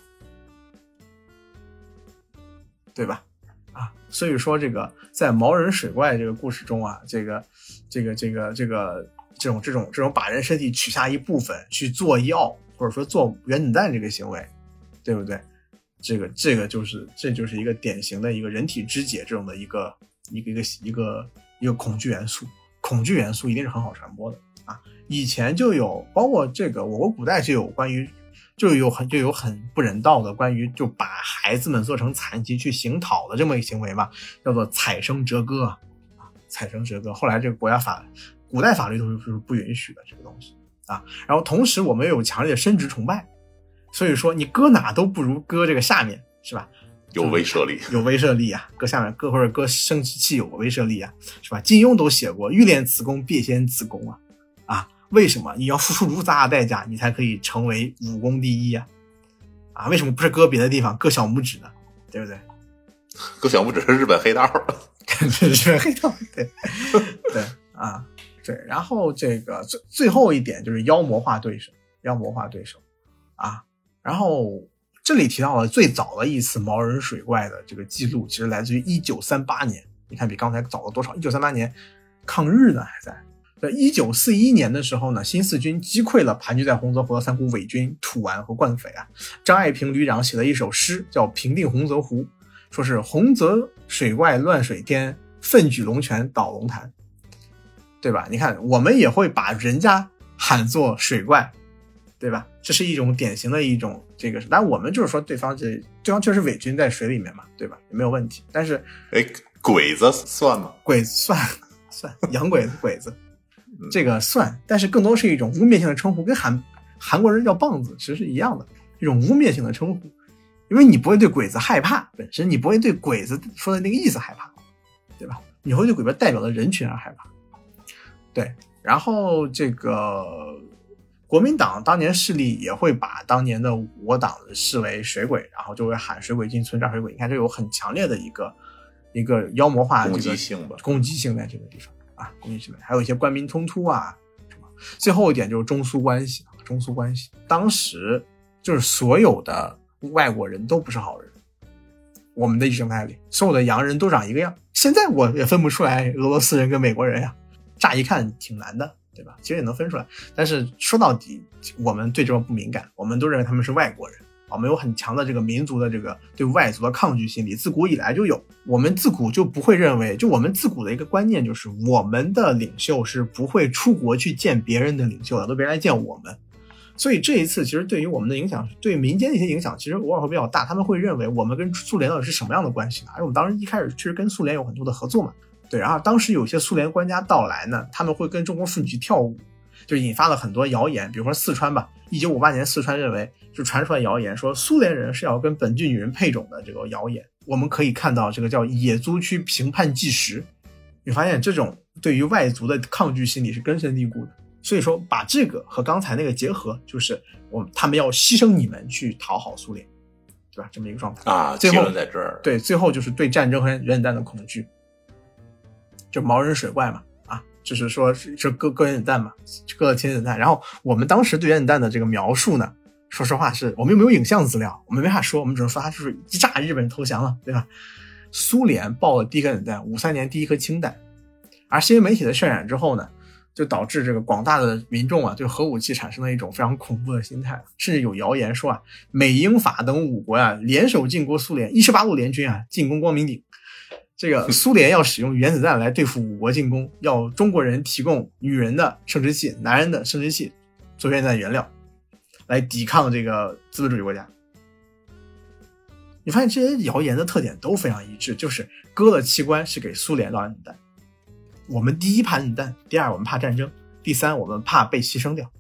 对吧？啊，所以说这个在毛人水怪这个故事中啊，这个这个这个这个。这种这种这种把人身体取下一部分去做药，或者说做原子弹这个行为，对不对？这个这个就是这就是一个典型的一个人体肢解这种的一个一个一个一个一个恐惧元素，恐惧元素一定是很好传播的啊！以前就有，包括这个我国古代就有关于就有很就有很不人道的关于就把孩子们做成残疾去行讨的这么一个行为嘛，叫做采生折割啊，采生折割。后来这个国家法。古代法律都是不允许的这个东西啊，然后同时我们又有强烈的生殖崇拜，所以说你搁哪都不如搁这个下面，是吧？ 有威慑力， 有威慑力啊！搁下面搁或者搁生殖器有威慑力啊，是吧？金庸都写过，欲练此功，必先自宫啊！啊，为什么你要付出如此大的代价，你才可以成为武功第一啊？啊，为什么不是搁别的地方，搁小拇指呢？对不对？ 搁小拇指是日本黑道， 日本黑道，对对啊。对，然后这个最最后一点就是妖魔化对手，妖魔化对手啊。然后这里提到了最早的一次毛人水怪的这个记录，其实来自于一九三八年。你看比刚才早了多少？一九三八年抗日呢还在。在一九四一年的时候呢，新四军击溃了盘踞在洪泽湖的三股伪军土丸和灌匪啊。张爱萍旅长写了一首诗，叫《平定洪泽湖》，说是洪泽水怪乱水天，奋举龙泉捣龙潭。对吧？你看，我们也会把人家喊作水怪，对吧？这是一种典型的一种这个，但我们就是说对方这对方确实伪军在水里面嘛，对吧？也没有问题。但是， 哎，鬼子算吗？ 鬼子算算，洋鬼子鬼子，这个算，但是更多是一种污蔑性的称呼，跟韩韩国人叫棒子其实是一样的，一种污蔑性的称呼，因为你不会对鬼子害怕，本身你不会对鬼子说的那个意思害怕，对吧？你会对鬼子代表的人群而害怕。对，然后这个国民党当年势力也会把当年的我党视为水鬼，然后就会喊水鬼进村炸水鬼。你看，这有很强烈的一个一个妖魔化、这个、 攻击性吧， 攻击性在这个地方啊，攻击性，还有一些官民冲突啊什么。最后一点就是中苏关系，中苏关系，当时就是所有的外国人都不是好人，我们的意识形态里，所有的洋人都长一个样。现在我也分不出来俄罗斯人跟美国人呀。乍一看挺难的，对吧？其实也能分出来，但是说到底，我们对这种不敏感，我们都认为他们是外国人，我们有很强的这个民族的这个对外族的抗拒心理，自古以来就有。我们自古就不会认为，就我们自古的一个观念就是，我们的领袖是不会出国去见别人的领袖的，都别人来见我们。 所以这一次其实对于我们的影响，对民间的一些影响其实偶尔会比较大，他们会认为我们跟苏联到底是什么样的关系呢？而我们当时一开始其实跟苏联有很多的合作嘛，对，然后当时有些苏联官家到来呢，他们会跟中国妇女去跳舞，就引发了很多谣言，比如说四川吧，一九五八年四川认为就传出来谣言说苏联人是要跟本地女人配种的这个谣言，我们可以看到这个叫野租区评判纪实，你发现这种对于外族的抗拒心理是根深蒂固的。所以说把这个和刚才那个结合，就是我们他们要牺牲你们去讨好苏联，对吧？这么一个状态啊， 最后在这儿， 对，最后就是对战争和原子弹的恐惧，就毛人水怪嘛，啊，就是说是割割原子弹嘛，割了氢原子弹。然后我们当时对原子弹的这个描述呢，说实话是我们又没有影像资料，我们没法说，我们只能说它就是一炸日本人投降了，对吧？苏联爆了第一颗原子弹，五三年第一颗氢弹，而新闻媒体的渲染之后呢，就导致这个广大的民众啊对核武器产生了一种非常恐怖的心态，甚至有谣言说啊，美英法等五国啊联手进攻苏联，一十八路联军啊进攻光明顶。这个苏联要使用原子弹来对付五国进攻，要中国人提供女人的生殖器、男人的生殖器做原子弹原料，来抵抗这个资本主义国家。你发现这些谣言的特点都非常一致，就是割了器官是给苏联造原子弹。我们第一怕原子弹，第二我们怕战争，第三我们怕被牺牲掉。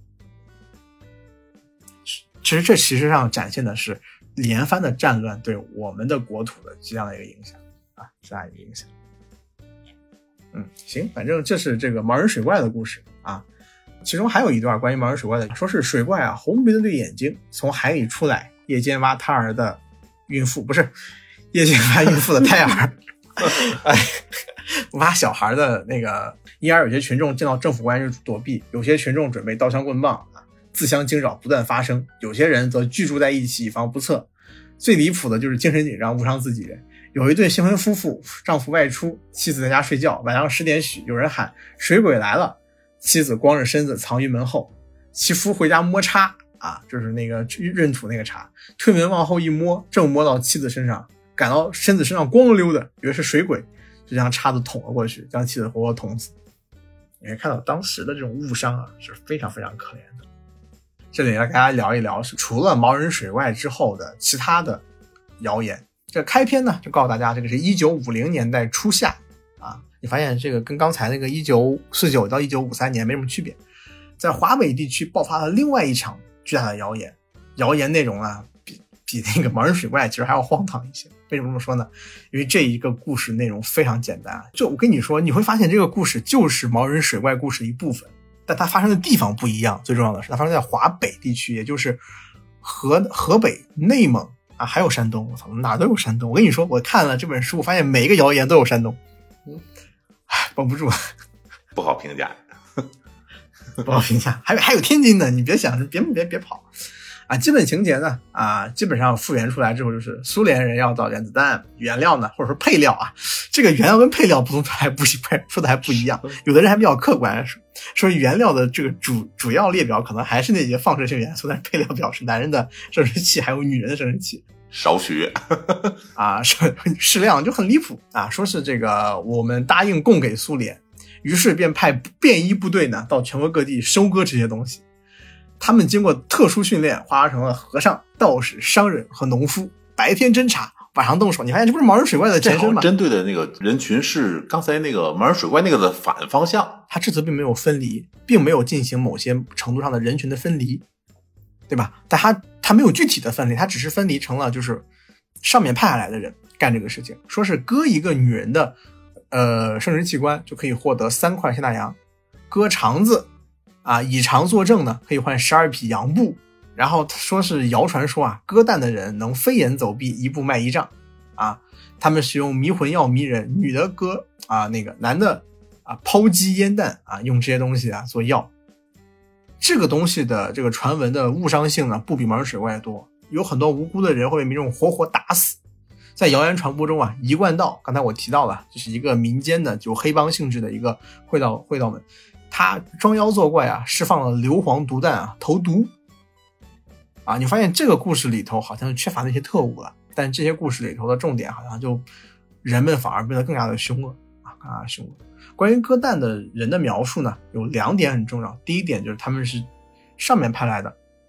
其实这其实上展现的是连番的战乱对我们的国土的这样的一个影响啊，这样一个影响。嗯，行，反正这是这个毛人水怪的故事啊。其中还有一段关于毛人水怪的，说是水怪啊，红鼻子对眼睛，从海里出来，夜间挖胎儿的孕妇，不是夜间挖孕妇的胎儿，哎。挖小孩的那个，因而有些群众见到政府官员就躲避，有些群众准备刀枪棍棒啊，自相惊扰不断发生，有些人则聚住在一起以防不测。最离谱的就是精神紧张误伤自己人。有一对新婚夫妇，丈夫外出，妻子在家睡觉，晚上十点许有人喊水鬼来了，妻子光着身子藏于门后，其夫回家摸叉啊，就是那个闰土那个叉，推门往后一摸，正摸到妻子身上，感到身子身上光溜的，以为是水鬼，就将叉子捅了过去，将妻子活活捅死。你可以看到当时的这种误伤啊，是非常非常可怜的。这里来跟大家聊一聊，是除了毛人水怪之后的其他的谣言。这个开篇呢，就告诉大家，这个是一九五零年代初夏啊，你发现这个跟刚才那个一九四九到一九五三年没什么区别。在华北地区爆发了另外一场巨大的谣言，谣言内容啊，比比那个毛人水怪其实还要荒唐一些。为什么这么说呢？因为这一个故事内容非常简单，就我跟你说，你会发现这个故事就是毛人水怪故事的一部分，但它发生的地方不一样。最重要的是，它发生在华北地区，也就是河河北、内蒙啊，还有山东。我操，哪都有山东。我跟你说，我看了这本书，我发现每一个谣言都有山东，嗯，绷不住， 不好评价， 不好评价。还有还有天津的，你别想，别别别跑。啊，基本情节呢，啊，基本上复原出来之后，就是苏联人要造原子弹，原料呢，或者说配料啊，这个原料跟配料不同，还不说的还不一样。有的人还比较客观，说说原料的这个主主要列表可能还是那些放射性元素，但是配料表是男人的生殖器，还有女人的生殖器， 少许啊，适量，就很离谱啊。说是这个我们答应供给苏联，于是便派便衣部队呢到全国各地收割这些东西。他们经过特殊训练，化成了和尚、道士、商人和农夫，白天侦查，晚上动手。你发现这不是毛人水怪的前身吗？ 针对的那个人群是刚才那个毛人水怪那个的反方向。 他这次并没有分离，并没有进行某些程度上的人群的分离，对吧？但他他没有具体的分离，他只是分离成了就是上面派下来的人干这个事情。说是割一个女人的呃生殖器官就可以获得三块现大洋，割肠子啊，以肠作证呢，可以换十二匹羊布。然后说是谣传说啊，割蛋的人能飞檐走壁，一步迈一丈啊。他们使用迷魂药迷人，女的割啊，那个男的啊抛鸡阉蛋啊，用这些东西啊做药。这个东西的这个传闻的误伤性呢，不比毛人水怪多，有很多无辜的人会被民众活活打死。在谣言传播中啊，一贯道刚才我提到了，这是一个民间的有黑帮性质的一个会道会道们。他装妖作怪啊，释放了硫磺毒弹啊，投毒啊！你发现这个故事里头好像缺乏那些特务了，但这些故事里头的重点好像就人们反而变得更加的凶恶啊，更加的凶恶。关于割蛋的人的描述呢，有两点很重要。第一点就是他们是上面派来的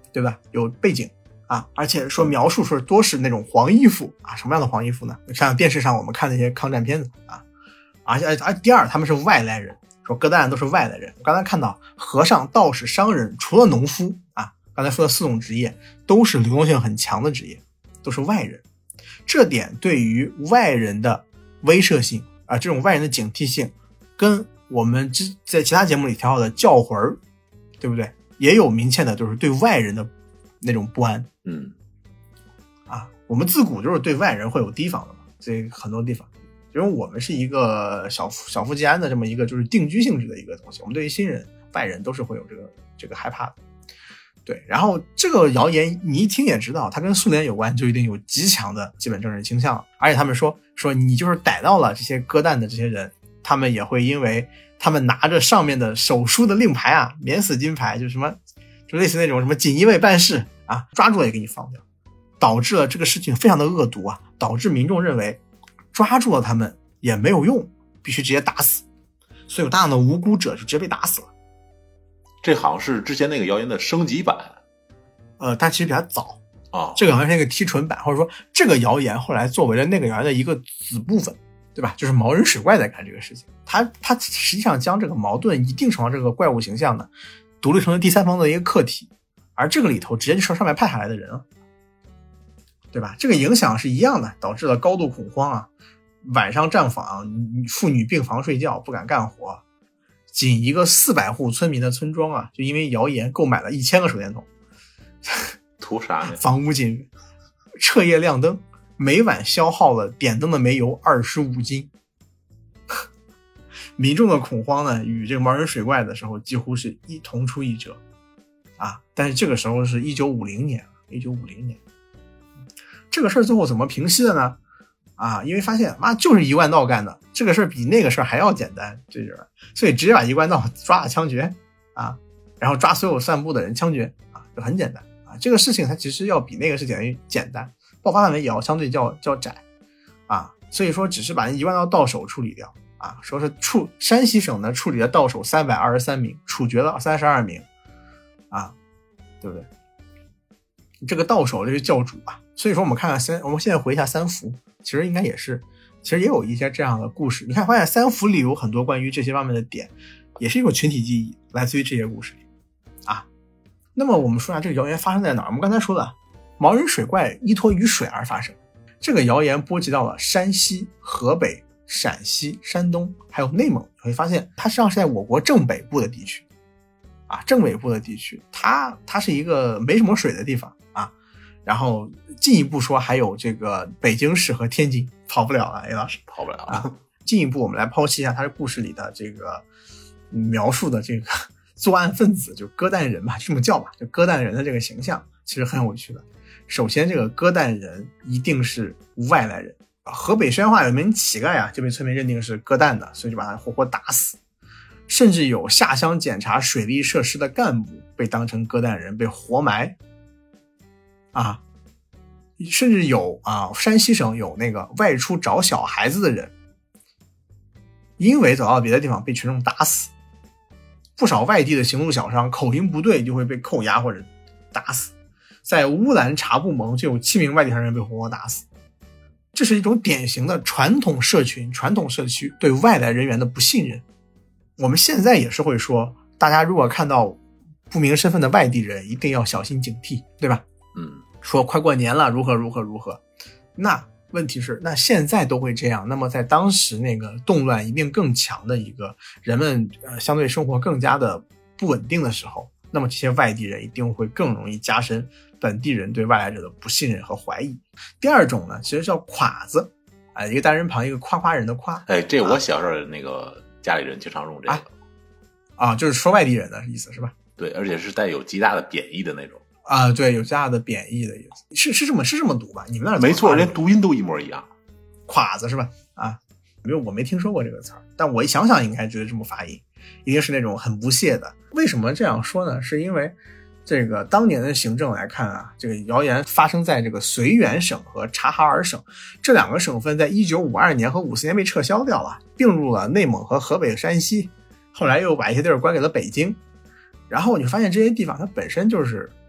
对吧？有背景啊，而且说描述说多是那种黄衣服啊，什么样的黄衣服呢？像电视上我们看那些抗战片子啊，而且而第二他们是外来人，说歌旦人都是外来人。我刚才看到和尚、道士、商人，除了农夫啊，刚才说的四种职业都是流动性很强的职业，都是外人。这点对于外人的威慑性啊，这种外人的警惕性，跟我们之在其他节目里提到的教魂，对不对？也有明确的，就是对外人的那种不安。 嗯， 啊，我们自古就是对外人会有提防的嘛，这很多地方，因为我们是一个小小富即安的这么一个就是定居性质的一个东西，我们对于新人、外人都是会有这个这个害怕的。对，然后这个谣言你一听也知道，它跟苏联有关，就一定有极强的基本政治倾向。而且他们说说你就是逮到了这些割蛋的这些人，他们也会因为他们拿着上面的手书的令牌啊，免死金牌，就什么就类似那种什么锦衣卫办事啊，抓住了也给你放掉，导致了这个事情非常的恶毒啊，导致民众认为抓住了他们也没有用，必须直接打死，所以有大量的无辜者就直接被打死了。 这好像是之前那个谣言的升级版， 呃，但其实比较早啊、哦， 这个好像是一个提纯版，或者说这个谣言后来作为了那个谣言的一个子部分，对吧？就是毛人水怪在干这个事情，他他实际上将这个矛盾一定程度上这个怪物形象呢，独立成了第三方的一个客体，而这个里头直接就是上面派下来的人啊，对吧？这个影响是一样的，导致了高度恐慌啊，晚上战访，妇女病房睡觉，不敢干活。仅一个四百户村民的村庄啊，就因为谣言购买了一千个手电筒， 图啥呢？ 房屋禁欲，彻夜亮灯，每晚消耗了点灯的煤油二十五斤。民众的恐慌呢，与这个毛人水怪的时候几乎是一同出一辙啊！但是这个时候是一九五零年，一九五零年，这个事儿最后怎么平息的呢？啊，因为发现妈就是一贯道干的，这个事儿比那个事儿还要简单，这就是，所以直接把一贯道抓了枪决啊，然后抓所有散布的人枪决啊，就很简单啊。这个事情它其实要比那个事情简单，爆发范围也要相对较较窄啊，所以说只是把一贯道到手处理掉啊，说是处山西省呢处理了到手三百二十三名，处决了三十二名啊，对不对？这个到手这是教主啊，所以说我们看看三，我们现在回一下三伏。其实应该也是，其实也有一些这样的故事。你看，发现三伏里有很多关于这些方面的点，也是一种群体记忆，来自于这些故事里啊。那么我们说一下这个谣言发生在哪儿？我们刚才说的毛人水怪依托于水而发生，这个谣言波及到了山西、河北、陕西、山东，还有内蒙。你会发现，它实际上是在我国正北部的地区啊，正北部的地区，它它是一个没什么水的地方啊。然后进一步说，还有这个北京市和天津，跑不了了 ，A 老师跑不了了、 啊。进一步，我们来剖析一下他的故事里的这个描述的这个作案分子，就割蛋人吧，这么叫吧，就割蛋人的这个形象，其实很有趣的。首先，这个割蛋人一定是外来人，河北宣化有名乞丐呀，就被村民认定是割蛋的，所以就把他活活打死。甚至有下乡检查水利设施的干部被当成割蛋人，被活埋。啊，甚至有啊，山西省有那个外出找小孩子的人，因为走到别的地方被群众打死。不少外地的行路小商口音不对就会被扣押或者打死。在乌兰察布盟就有七名外地人被活活打死。这是一种典型的传统社群、传统社区对外来人员的不信任。我们现在也是会说，大家如果看到不明身份的外地人，一定要小心警惕，对吧？ 嗯， 说快过年了，如何如何如何。那问题是，那现在都会这样，那么在当时那个动乱一定更强的一个人们呃相对生活更加的不稳定的时候，那么这些外地人一定会更容易加深本地人对外来者的不信任和怀疑。第二种呢，其实叫侉子，啊、呃，一个单人旁一个夸夸人的夸。 哎，这我小时候那个家里人经常用这个。啊， 啊就是说外地人的意思是吧？ 对，而且是带有极大的贬义的那种。 啊，对，有加的贬义的意思，是是这么是这么读吧？你们那儿没错，连读音都一模一样。 侉子是吧？啊，因为我没听说过这个词儿，但我一想想应该觉得这么发音，一定是那种很不屑的。为什么这样说呢？是因为这个当年的行政来看啊，这个谣言发生在这个绥远省和察哈尔省这两个省份，在一九五二年和五四年被撤销掉了，并入了内蒙和河北、山西，后来又把一些地儿关给了北京。然后你发现这些地方它本身就是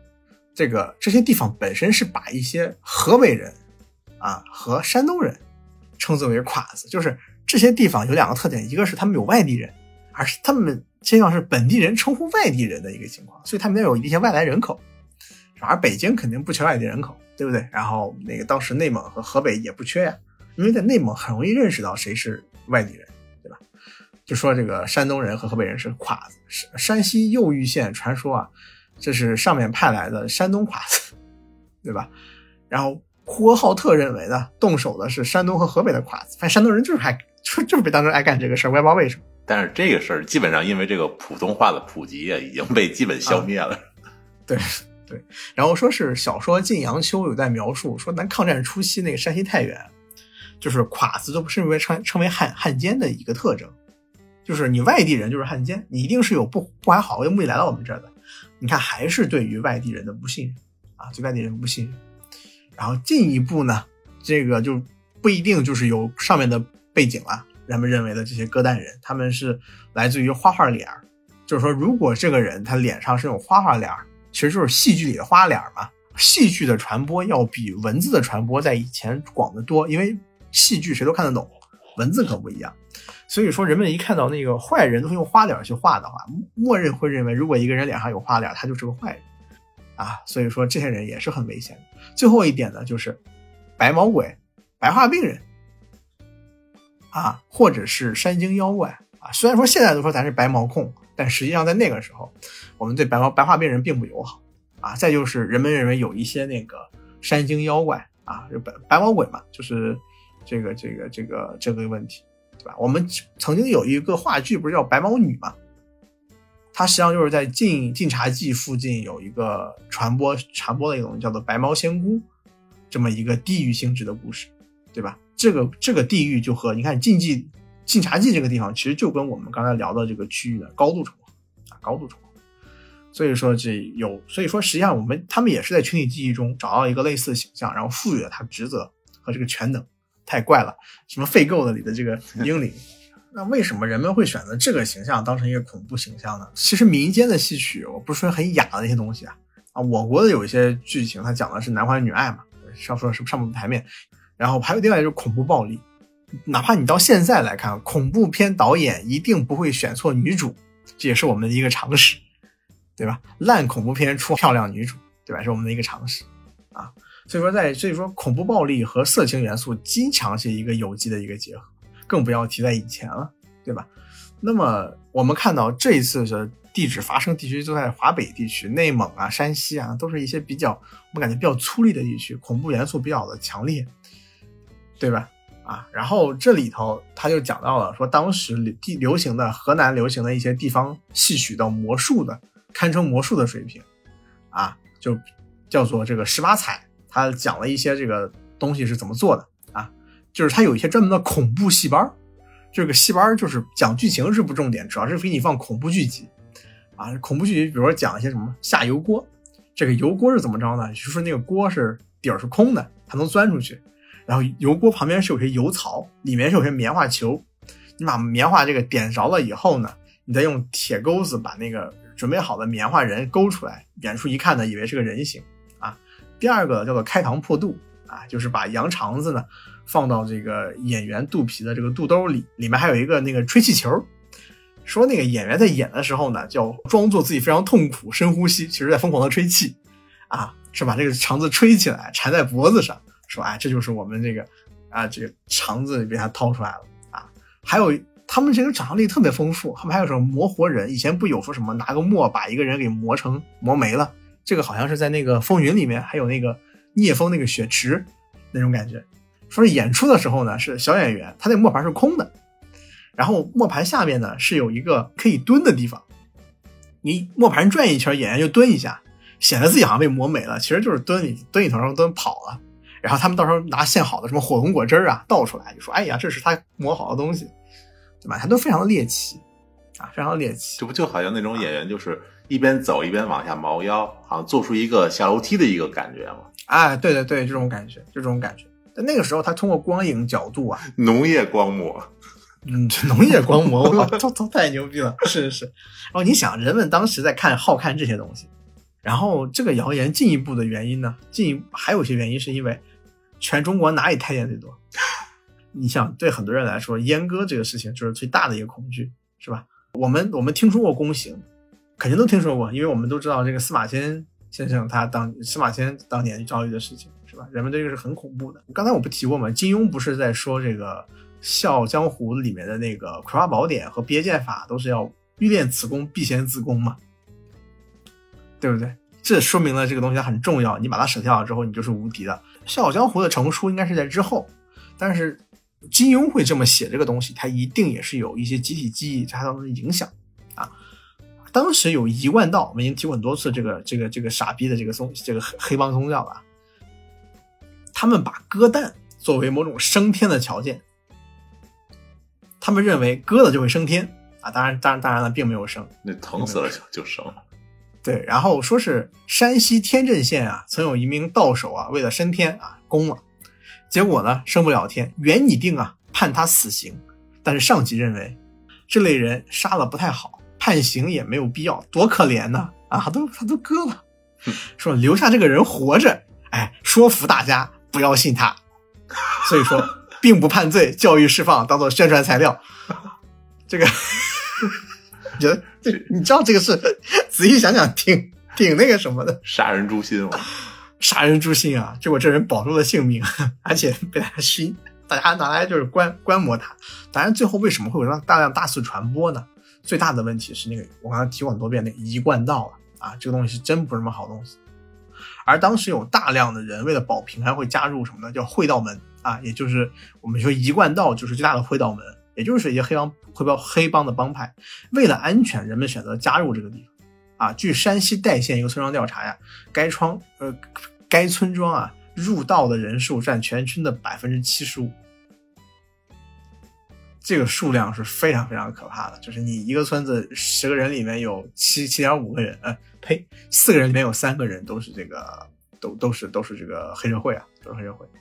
这个这些地方本身是把一些河北人啊和山东人称作为侉子，就是这些地方有两个特点，一个是他们有外地人，而是他们实际上是本地人称呼外地人的一个情况，所以他们要有一些外来人口。而北京肯定不缺外地人口，对不对？然后那个当时内蒙和河北也不缺呀，因为在内蒙很容易认识到谁是外地人，对吧？就说这个山东人和河北人是侉子，山西右玉县传说啊，这是上面派来的山东侉子，对吧？然后呼和浩特认为呢，动手的是山东和河北的侉子，反正山东人就是爱就就是被当成爱干这个事儿，我也不知道为什么。 但是这个事儿基本上因为这个普通话的普及啊，已经被基本消灭了。啊、 对。对，然后说是小说《晋阳秋》有在描述说，咱抗战初期那个山西太原，就是侉子都是被称称为汉汉奸的一个特征，就是你外地人就是汉奸，你一定是有不不怀好为的目的来到我们这儿的。你看，还是对于外地人的不信任啊，对外地人不信任。然后进一步呢，这个就不一定就是有上面的背景了。人们认为的这些割蛋人，他们是来自于花花脸，就是说，如果这个人他脸上是有花花脸，其实就是戏剧里的花脸嘛。戏剧的传播要比文字的传播在以前广得多，因为戏剧谁都看得懂，文字可不一样。所以说人们一看到那个坏人都用花脸去画的话，默认会认为如果一个人脸上有花脸，他就是个坏人啊。所以说这些人也是很危险的。最后一点呢，就是白毛鬼、白化病人啊，或者是山精妖怪啊。虽然说现在都说咱是白毛控，但实际上在那个时候我们对白毛白化病人并不友好啊。再就是人们认为有一些那个山精妖怪啊，白白毛鬼嘛，就是这个这个这个这个问题，对吧？我们曾经有一个话剧不是叫白毛女嘛，它实际上就是在晋晋察冀附近有一个传播传播的一种叫做白毛仙姑这么一个地域性质的故事，对吧？这个这个地域就和你看晋冀晋察冀这个地方其实就跟我们刚才聊的这个区域的高度重合啊，高度重合。所以说这有，所以说实际上我们他们也是在群体记忆中找到一个类似的形象，然后赋予了他职责和这个权能。太怪了，什么废垢的里的这个英灵。那为什么人们会选择这个形象当成一个恐怖形象呢？其实民间的戏曲，我不是说很雅的那些东西啊，啊，我国的有一些剧情，它讲的是男欢女爱嘛，上说是上不台面。然后还有另外就是恐怖暴力，哪怕你到现在来看，恐怖片导演一定不会选错女主，这也是我们的一个常识，对吧？烂恐怖片出漂亮女主，对吧？是我们的一个常识啊。所以说在所以说恐怖暴力和色情元素经常是一个有机的一个结合，更不要提在以前了，对吧？那么我们看到这一次的地址发生地区都在华北地区，内蒙啊、山西啊，都是一些比较我们感觉比较粗粝的地区，恐怖元素比较的强烈，对吧？啊，然后这里头他就讲到了说，当时流行的河南流行的一些地方戏曲到魔术的，堪称魔术的水平啊，就叫做这个十八彩。他讲了一些这个东西是怎么做的啊，就是他有一些专门的恐怖戏班，这个戏班就是讲剧情是不重点，主要是给你放恐怖剧集啊。恐怖剧集比如说讲一些什么下油锅，这个油锅是怎么着呢？就是那个锅是底儿是空的，它能钻出去，然后油锅旁边是有些油槽，里面是有些棉花球，你把棉花这个点着了以后呢，你再用铁钩子把那个准备好的棉花人勾出来，远处一看呢以为是个人形啊。第二个叫做开膛破肚啊，就是把羊肠子呢放到这个演员肚皮的这个肚兜里，里面还有一个那个吹气球，说那个演员在演的时候呢，叫装作自己非常痛苦，深呼吸，其实在疯狂的吹气啊，是把这个肠子吹起来缠在脖子上，说哎，这就是我们这个啊这个肠子被他掏出来了啊。还有他们这个想象力特别丰富，他们还有什么磨活人，以前不有说什么拿个磨把一个人给磨成磨没了，这个好像是在那个风云里面，还有那个聂风那个雪池那种感觉。说是演出的时候呢，是小演员，他那磨盘是空的，然后磨盘下面呢是有一个可以蹲的地方，你磨盘转一圈，演员就蹲一下，显得自己好像被磨没了，其实就是蹲里蹲一头上蹲跑了。然后他们到时候拿现好的什么火龙果汁啊倒出来，就说哎呀，这是他磨好的东西，对吧？他都非常的猎奇啊，非常的猎奇。 这不就好像那种演员就是一边走一边往下猫腰，好像做出一个下楼梯的一个感觉嘛。 哎，对对对，这种感觉，这种感觉。但那个时候他通过光影角度啊， 农业光魔， 嗯，农业光魔，我靠，都都太牛逼了，是是是。然后你想，人们当时在看好看这些东西然后这个谣言进一步的原因呢，进一步还有一些原因是因为全中国哪里太监最多？你想，对很多人来说，阉割这个事情就是最大的一个恐惧，是吧？我们我们听说过宫刑，肯定都听说过，因为我们都知道这个司马迁先生他当司马迁当年遭遇的事情，是吧？人们这个是很恐怖的。刚才我不提过吗？金庸不是在说这个《笑傲江湖》里面的那个《葵花宝典》和别剑法都是要欲练此功必先自宫嘛，对不对？这说明了这个东西很重要，你把它舍掉了之后，你就是无敌的。《笑傲江湖》的成书应该是在之后，但是金庸会这么写这个东西，它一定也是有一些集体记忆它当中的影响啊。当时有一贯道，我们已经提过很多次这个这个这个傻逼的这个宗这个黑帮宗教了，他们把割蛋作为某种升天的条件，他们认为割了就会升天啊，当然当然当然了，并没有升， 那疼死了就就升了。 对，然后说是山西天镇县啊，曾有一名道手啊，为了升天啊，攻了。结果呢，升不了天，原拟定啊判他死刑，但是上级认为这类人杀了不太好，判刑也没有必要，多可怜呢啊，他都他都割了，说留下这个人活着，哎，说服大家不要信他，所以说并不判罪，教育释放，当做宣传材料。这个，觉得这你知道这个是仔细想想挺挺那个什么的， 杀人诛心嘛。 杀人诛心啊！结果这人保住了性命，而且被大家熏，大家拿来就是观观摩他。当然，最后为什么会有大量大肆传播呢？最大的问题是那个我刚才提过很多遍那个一贯道了啊，这个东西是真不是什么好东西。而当时有大量的人为了保平安会加入什么呢？叫会道门啊，也就是我们说一贯道就是最大的会道门，也就是一些黑帮会帮黑帮的帮派。为了安全，人们选择加入这个地方。啊，据山西代县一个村庄调查呀，该庄呃该村庄啊入道的人数占全村的 百分之七十五， 这个数量是非常非常可怕的。就是你一个村子十个人里面有七七点五个人，呃，呸，四个人里面有三个人都是这个都都是都是这个黑社会啊，都是黑社会。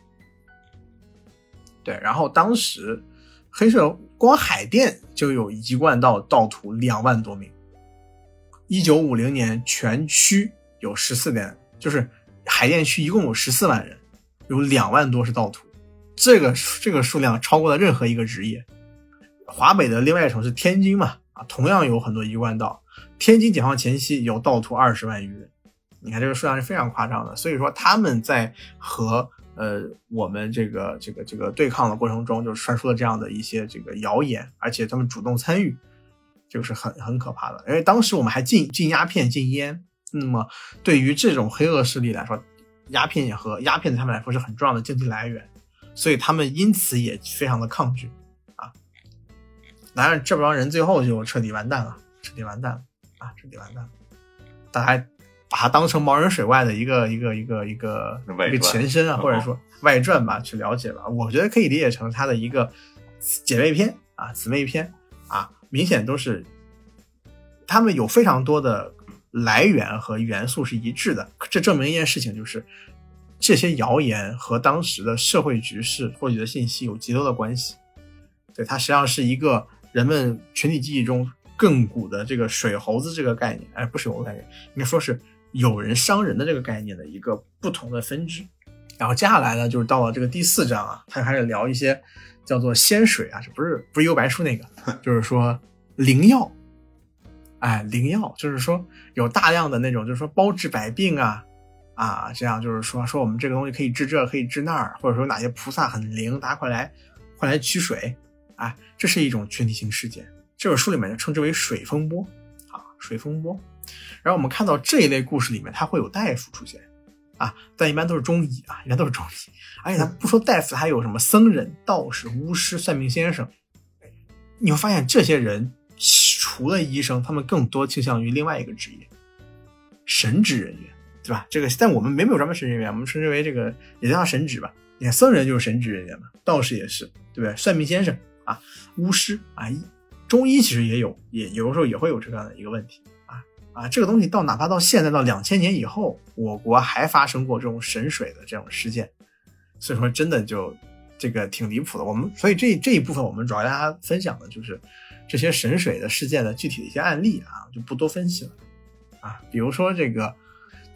对，然后当时黑社光海淀就有一贯道道徒两万多名。一九五零年全区有十四点，就是海淀区一共有十四万人，有两万多是道徒，这个这个数量超过了任何一个职业。华北的另外一城市天津嘛，啊，同样有很多一贯道。天津解放前夕有道徒二十万余人，你看这个数量是非常夸张的。所以说他们在和呃我们这个这个这个对抗的过程中，就传出了这样的一些这个谣言，而且他们主动参与。这个是很很可怕的，因为当时我们还禁禁鸦片禁烟，那么对于这种黑恶势力来说，鸦片也和鸦片对他们来说是很重要的经济来源，所以他们因此也非常的抗拒啊。当然这帮人最后就彻底完蛋了，彻底完蛋了啊，彻底完蛋了。大家把它当成毛人水外的一个一个一个一个一个前身啊，或者说外传吧，去了解吧。我觉得可以理解成它的一个姐妹篇啊，姊妹篇啊。明显都是他们有非常多的来源和元素是一致的，这证明一件事情，就是这些谣言和当时的社会局势获取的信息有极多的关系。对，它实际上是一个人们群体记忆中亘古的这个水猴子这个概念，哎，不是水猴子概念，应该说是有人伤人的这个概念的一个不同的分支。然后接下来呢，就是到了这个第四章啊，他开始聊一些叫做仙水啊，这不是不是幽白书那个，就是说灵药，哎，灵药就是说有大量的那种，就是说包治百病啊啊，这样就是说说我们这个东西可以治这，可以治那儿，或者说哪些菩萨很灵，大家快来快来取水，哎，这是一种群体性事件。这本书里面就称之为水风波啊，水风波。然后我们看到这一类故事里面，它会有大夫出现。啊，但一般都是中医啊，一般都是中医，而且他不说大夫，还有什么僧人、道士、巫师、算命先生。你会发现这些人除了医生，他们更多倾向于另外一个职业，神职人员，对吧？这个但我们没有专门神职人员，我们称之为这个也叫神职吧。你看僧人就是神职人员嘛，道士也是，对不对？算命先生啊，巫师啊，中医其实也有，也有的时候也会有这样的一个问题。啊，这个东西到哪怕到现在到两千年以后，我国还发生过这种神水的这种事件，所以说真的就这个挺离谱的。我们所以这这一部分我们主要跟大家分享的就是这些神水的事件的具体的一些案例啊，就不多分析了啊。比如说这个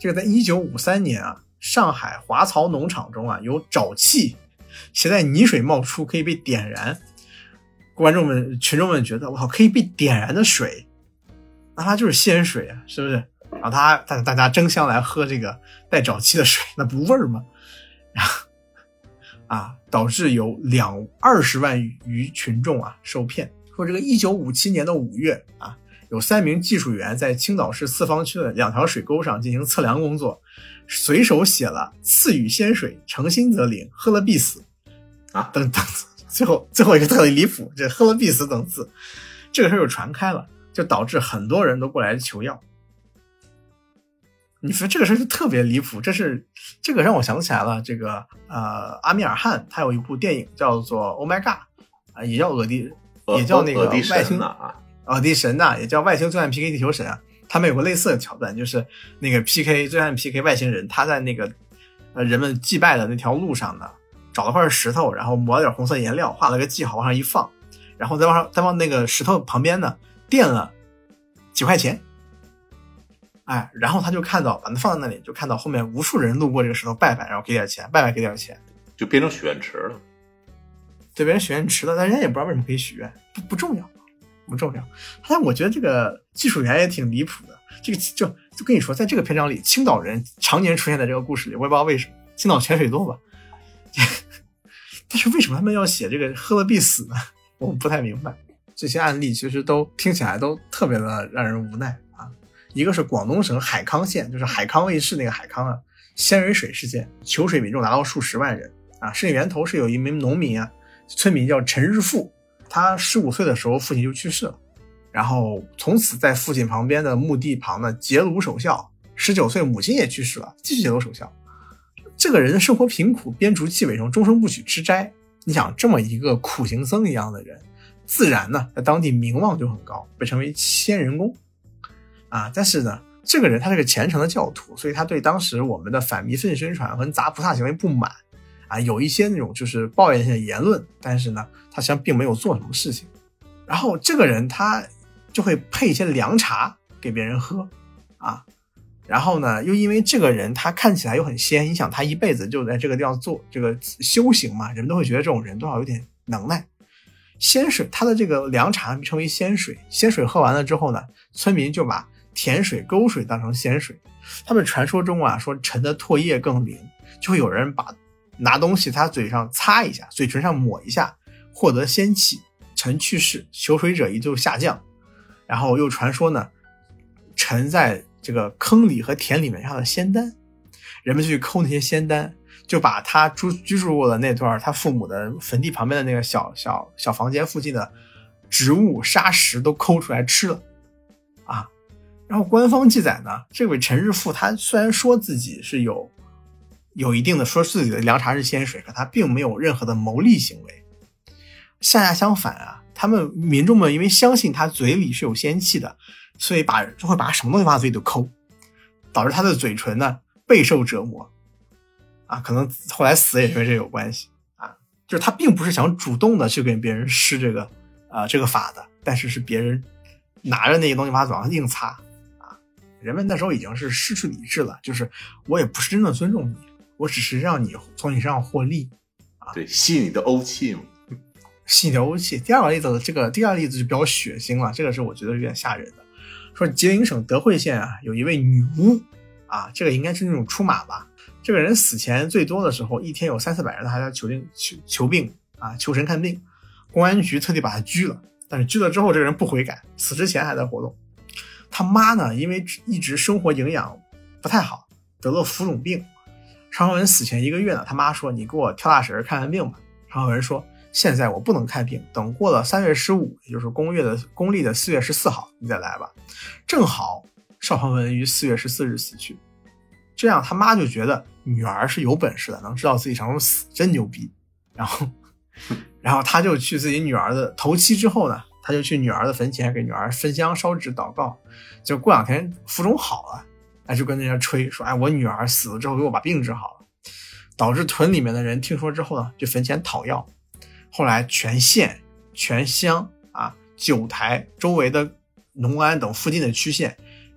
这个在一九五三年啊，上海华漕农场中啊有沼气携带泥水冒出，可以被点燃。观众们群众们觉得，我靠，可以被点燃的水，那它就是鲜水啊，是不是？然后他大大家争相来喝这个带沼气的水，那不味儿吗？然后啊，导致有两二十万余群众啊受骗。说这个一九五七年的五月啊，有三名技术员在青岛市四方区的两条水沟上进行测量工作，随手写了“赐予鲜水，诚心则灵，喝了必死”啊等等，最后最后一个特别离谱，这喝了必死等字，这个事儿就传开了，就导致很多人都过来求药。你说这个事儿就特别离谱，这是这个让我想起来了，这个呃阿米尔汗他有一部电影叫做 Oh My God 啊，也叫俄狄，也叫那个外星啊， 俄狄神呐、啊，也叫外星罪案 P K 地球神啊。他们有个类似的桥段，就是那个 P K 罪案 P K 外星人，他在那个呃人们祭拜的那条路上呢，找了块石头，然后抹了点红色颜料，画了个记号往上一放，然后再往上再往那个石头旁边呢垫了几块钱。哎，然后他就看到把它放在那里，就看到后面无数人路过这个石头拜拜，然后给点钱，拜拜给点钱， 就变成许愿池了。 对，别人许愿池了，但人家也不知道为什么可以许愿，不不重要，不重要。但我觉得这个技术员也挺离谱的。这个就就跟你说，在这个篇章里，青岛人常年出现在这个故事里，我也不知道为什么。青岛泉水多吧，但是为什么他们要写这个喝了必死呢？我不太明白。这些案例其实都听起来都特别的让人无奈。一个是广东省海康县，就是海康卫视那个海康啊，鲜蕊水事件，求水民众达到数十万人啊。事件源头是有一名农民啊，村民叫陈日富，他十五岁的时候父亲就去世了，然后从此在父亲旁边的墓地旁呢结庐守孝。十九岁母亲也去世了，继续结庐守孝。这个人生活贫苦，编竹器为生，终生不许吃斋。你想这么一个苦行僧一样的人，自然呢在当地名望就很高，被称为仙人公。啊，但是呢，这个人他是个虔诚的教徒，所以他对当时我们的反迷信宣传和砸菩萨行为不满啊，有一些那种就是抱怨性的言论，但是呢，他实际上并没有做什么事情。然后这个人他就会配一些凉茶给别人喝啊，然后呢，又因为这个人他看起来又很仙，你想他一辈子就在这个地方做这个修行嘛，人们都会觉得这种人多少有点能耐。仙水，他的这个凉茶称为仙水，仙水喝完了之后呢，村民就把甜水沟水当成仙水。他们传说中啊说陈的唾液更灵，就会有人把拿东西他嘴上擦一下，嘴唇上抹一下，获得仙气，陈去世，求水者一就下降。然后又传说呢，陈在这个坑里和田里面下的仙丹，人们就去抠那些仙丹，就把他住居住过的那段他父母的坟地旁边的那个小小小房间附近的植物沙石都抠出来吃了啊。然后官方记载呢，这位陈日富他虽然说自己是有有一定的说自己的凉茶是仙水，可他并没有任何的牟利行为。恰恰相反啊，他们民众们因为相信他嘴里是有仙气的，所以把就会把什么东西放在嘴里都抠，导致他的嘴唇呢备受折磨啊，可能后来死也跟这有关系啊。就是他并不是想主动的去给别人施这个啊这个法的，但是是别人拿着那个东西把嘴上硬擦。人们那时候已经是失去理智了，就是我也不是真的尊重你，我只是让你从你身上获利啊， 对，吸你的欧气嘛， 吸你的欧气。第二个例子，这个第二个例子就比较血腥了，这个是我觉得有点吓人的。说吉林省德惠县啊，有一位女巫啊，这个应该是那种出马吧。这个人死前最多的时候，一天有三四百人还在求病求求病啊，求神看病。公安局特地把他拘了，但是拘了之后，这个人不悔改，死之前还在活动。他妈呢，因为一直生活营养不太好，得了浮肿病。常浩文死前一个月呢，他妈说：“你给我跳大神看看病吧。”常浩文说：“现在我不能看病，等过了三月十五，也就是公月的公历的四月十四号，你再来吧。”正好邵浩文于四月十四日死去，这样他妈就觉得女儿是有本事的，能知道自己什么时候死，真牛逼。然后，然后他就去自己女儿的头七之后呢。他就去女儿的坟前给女儿焚香烧纸祷告，就过两天浮肿好了，哎，就跟人家吹说，哎，我女儿死了之后给我把病治好了，导致屯里面的人听说之后呢，就坟前讨要。后来全县、全乡啊、九台周围的农安等附近的区县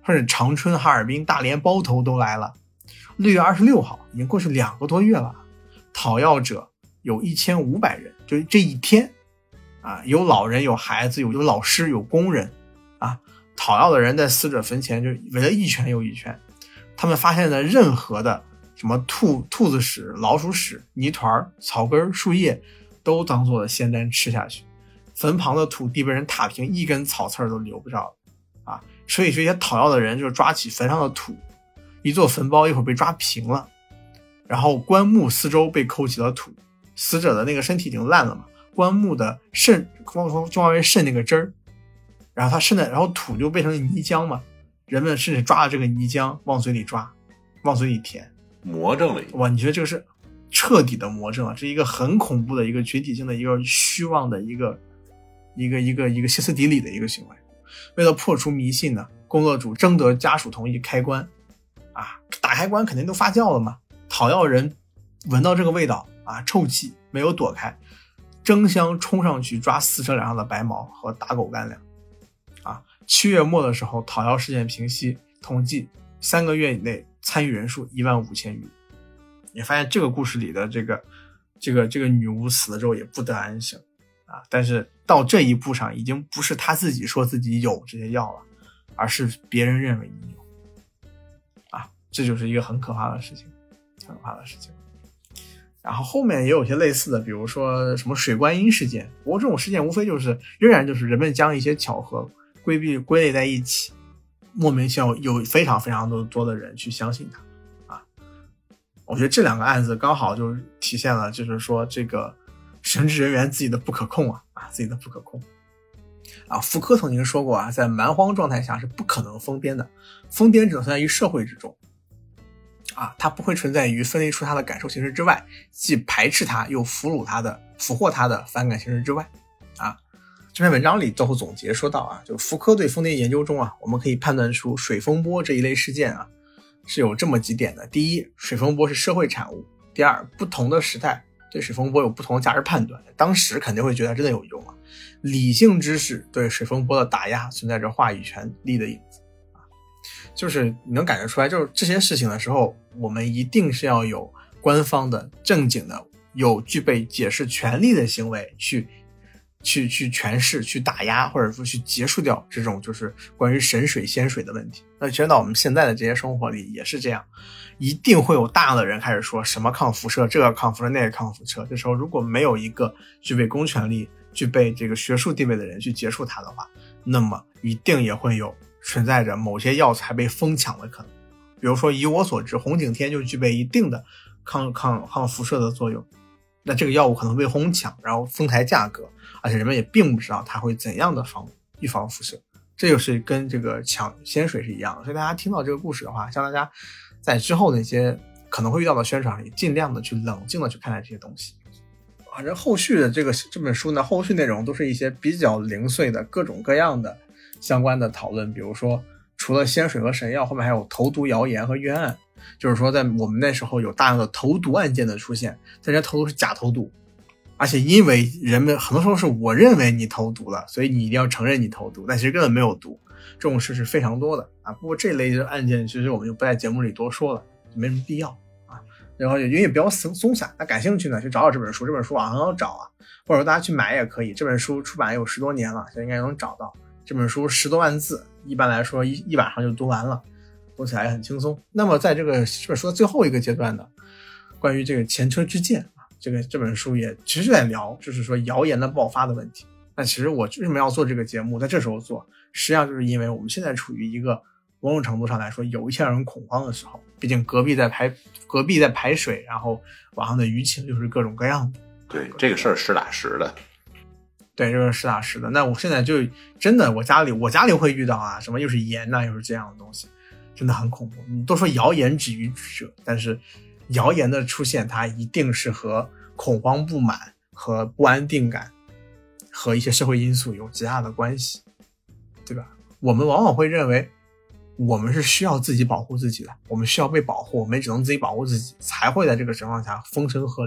甚至长春、哈尔滨、大连包头都来了。六月二十六号已经过去两个多月了，讨要者有一千五百人，就这一天啊，有老人有孩子有有老师有工人啊，讨要的人在死者坟前就围了一圈又一圈，他们发现的任何的什么兔兔子屎、老鼠屎、泥团、草根、树叶都当做了仙丹吃下去，坟旁的土地被人踏平，一根草刺都留不着啊！所以这些讨要的人就抓起坟上的土，一座坟包一会儿被抓平了，然后棺木四周被抠起了土，死者的那个身体已经烂了嘛，棺木的肾中外肾那个汁儿，然后他肾的，然后土就变成泥浆嘛，人们甚至抓了这个泥浆往嘴里抓，往嘴里填， 魔怔了。 哇，你觉得这个是彻底的魔怔啊，这是一个很恐怖的一个群体性的一个虚妄的一个一个一个一个歇斯底里的一个行为。为了破除迷信呢，工作组征得家属同意开棺啊，打开棺肯定都发酵了嘛，讨要人闻到这个味道啊，臭气没有躲开，争相冲上去抓死者脸上的白毛和打狗干粮啊。七月末的时候，讨要事件平息，统计三个月以内参与人数一万五千余。也发现这个故事里的这个这个这个女巫死了之后也不得安生啊，但是到这一步上已经不是她自己说自己有这些药了，而是别人认为你有啊，这就是一个很可怕的事情，很可怕的事情。然后后面也有些类似的，比如说什么水观音事件，不过这种事件无非就是仍然就是人们将一些巧合规避归类在一起，莫名其妙有非常非常多的人去相信它。我觉得这两个案子刚好就体现了，就是说这个神职人员自己的不可控啊啊，自己的不可控啊。福柯曾经说过啊，在蛮荒状态下是不可能疯癫的，疯癫只能存在于社会之中啊，它不会存在于分离出它的感受形式之外，既排斥它又俘虏它的俘获它的反感形式之外啊。这篇文章里最后总结说到啊，就福柯对疯癫研究中啊，我们可以判断出水风波这一类事件啊是有这么几点的。第一，水风波是社会产物。第二，不同的时代对水风波有不同的价值判断，当时肯定会觉得真的有用啊。理性知识对水风波的打压存在着话语权力的影子啊，就是你能感觉出来，就是这些事情的时候，我们一定是要有官方的正经的有具备解释权利的行为去去去诠释去打压，或者说去结束掉这种就是关于神水仙水的问题。那其实到我们现在的这些生活里也是这样，一定会有大量的人开始说什么抗辐射，这个抗辐射那个抗辐射，这时候如果没有一个具备公权力具备这个学术地位的人去结束它的话，那么一定也会有存在着某些药材被疯抢的可能。比如说以我所知，红景天就具备一定的抗抗抗辐射的作用，那这个药物可能被哄抢，然后丰抬价格，而且人们也并不知道它会怎样的防预防辐射，这就是跟这个抢仙水是一样的。所以大家听到这个故事的话，像大家在之后那些可能会遇到的宣传里，尽量的去冷静的去看待这些东西。反正后续的这个这本书呢，后续内容都是一些比较零碎的各种各样的相关的讨论，比如说除了仙水和神药，后面还有投毒谣言和冤案，就是说在我们那时候有大量的投毒案件的出现，但这投毒是假投毒，而且因为人们很多时候是我认为你投毒了，所以你一定要承认你投毒，但其实根本没有毒，这种事是非常多的啊。不过这类的案件其实我们就不在节目里多说了，没什么必要啊。然后也不要松散，那感兴趣呢去找找这本书，这本书网上很好找啊，或者说大家去买也可以。这本书出版有十多年了，现在应该能找到。这本书十多万字，一般来说一一晚上就读完了，读起来也很轻松。那么在这个这本书的最后一个阶段呢，关于这个前车之鉴啊，这个这本书也其实在聊，就是说谣言的爆发的问题。那其实我为什么要做这个节目，在这时候做，实际上就是因为我们现在处于一个某种程度上来说有一些让人恐慌的时候，毕竟隔壁在排隔壁在排水，然后网上的舆情就是各种各样的。 对，这个事儿实打实的。 对，这个实打实的。那我现在就真的，我家里我家里会遇到啊，什么又是盐呐、啊，又是这样的东西，真的很恐怖。你都说谣言止于智者，但是谣言的出现，它一定是和恐慌、不满和不安定感和一些社会因素有极大的关系，对吧？我们往往会认为我们是需要自己保护自己的，我们需要被保护，我们只能自己保护自己，才会在这个情况下风声鹤唳。